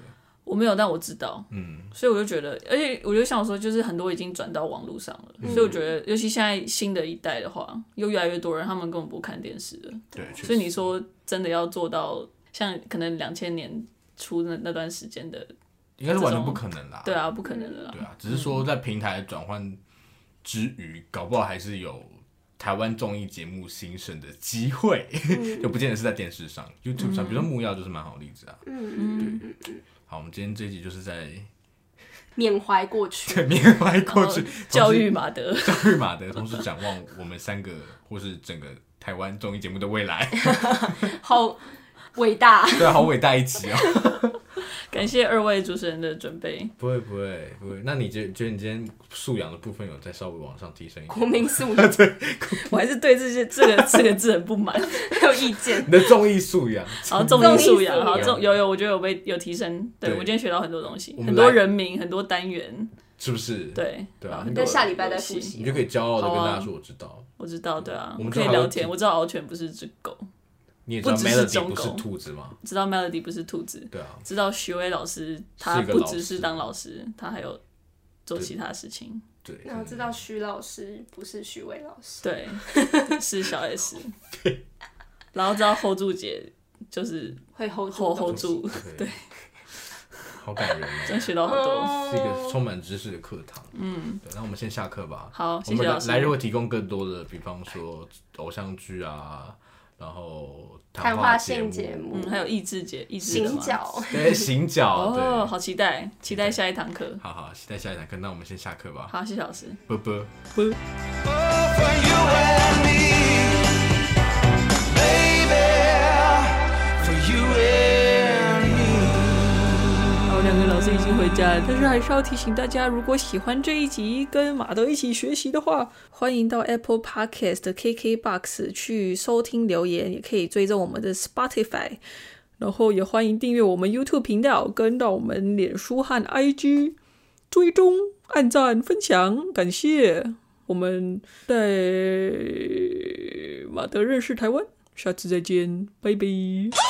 我没有，但我知道， 嗯， 所以我就觉得，而且我就像我说，就是很多已经转到网络上了，嗯、所以我觉得，尤其现在新的一代的话，有越来越多人他们根本不看电视了， 对， 所以你说真的要做到像可能两千年初那那段时间的， 应该是完全不可能啦， 对啊，不可能的啦， 对啊，只是说在平台转换之余，搞不好还是有台湾综艺节目兴盛的机会，嗯、就不见得是在电视上 ，YouTube 上，嗯、比如说木曜就是蛮好的例子啊， 嗯嗯嗯嗯。 好，我们今天这一集就是在缅怀过去， 对，缅怀过去， 教育马德， 教育马德，同时展望我们三个或是整个台湾综艺节目的未来， 好伟大， 对，好伟大一集哦。 感谢二位主持人的准备。 不会不会不会，那你觉觉得你今天素养的部分有再稍微往上提升一点？ 国民素养， 对， 我还是对这些这个四个字很不满， 有意见。 你的综艺素养， 好，综艺素养，好，综有有，我觉得有被有提升。对，我今天学到很多东西，很多人名，很多单元， 是不是？ 对对啊， 那下礼拜再复习， 你就可以骄傲的跟大家说，我知道， 我知道，对啊， 我们可以聊天，我知道敖犬不是只狗。 你也知道 Melody 不是兔子吗？ 知道 Melody 不是兔子， 对啊。 知道徐伟老师他不只是当老师，他还有做其他事情。 对。 然后知道徐老师不是徐伟老师， 对，是小 S。然后知道 hold 住姐就是会 hold 住 hold 住，对。 好感人， 真学到好多， 是一个充满知识的课堂。嗯，对，那我们先下课吧。 好，谢谢老师。 我们来日会提供更多的，比方说偶像剧啊。然后谈话性节目， 嗯，还有益智节、益智行脚， 对，行脚， 哦，好期待，期待下一堂课。 好好，期待下一堂课，那我们先下课吧。 好，谢谢老师。 啵啵啵。两个老师已经回家了，但是还是要提醒大家，如果喜欢这一集跟马德一起学习的话，欢迎到 Apple Podcast、K K Box 去收听留言，也可以追踪我们的 Spotify， 然后也欢迎订阅我们 YouTube 频道，跟到我们脸书和 I G 追踪、按赞、分享，感谢。我们在马德认识台湾，下次再见，拜拜。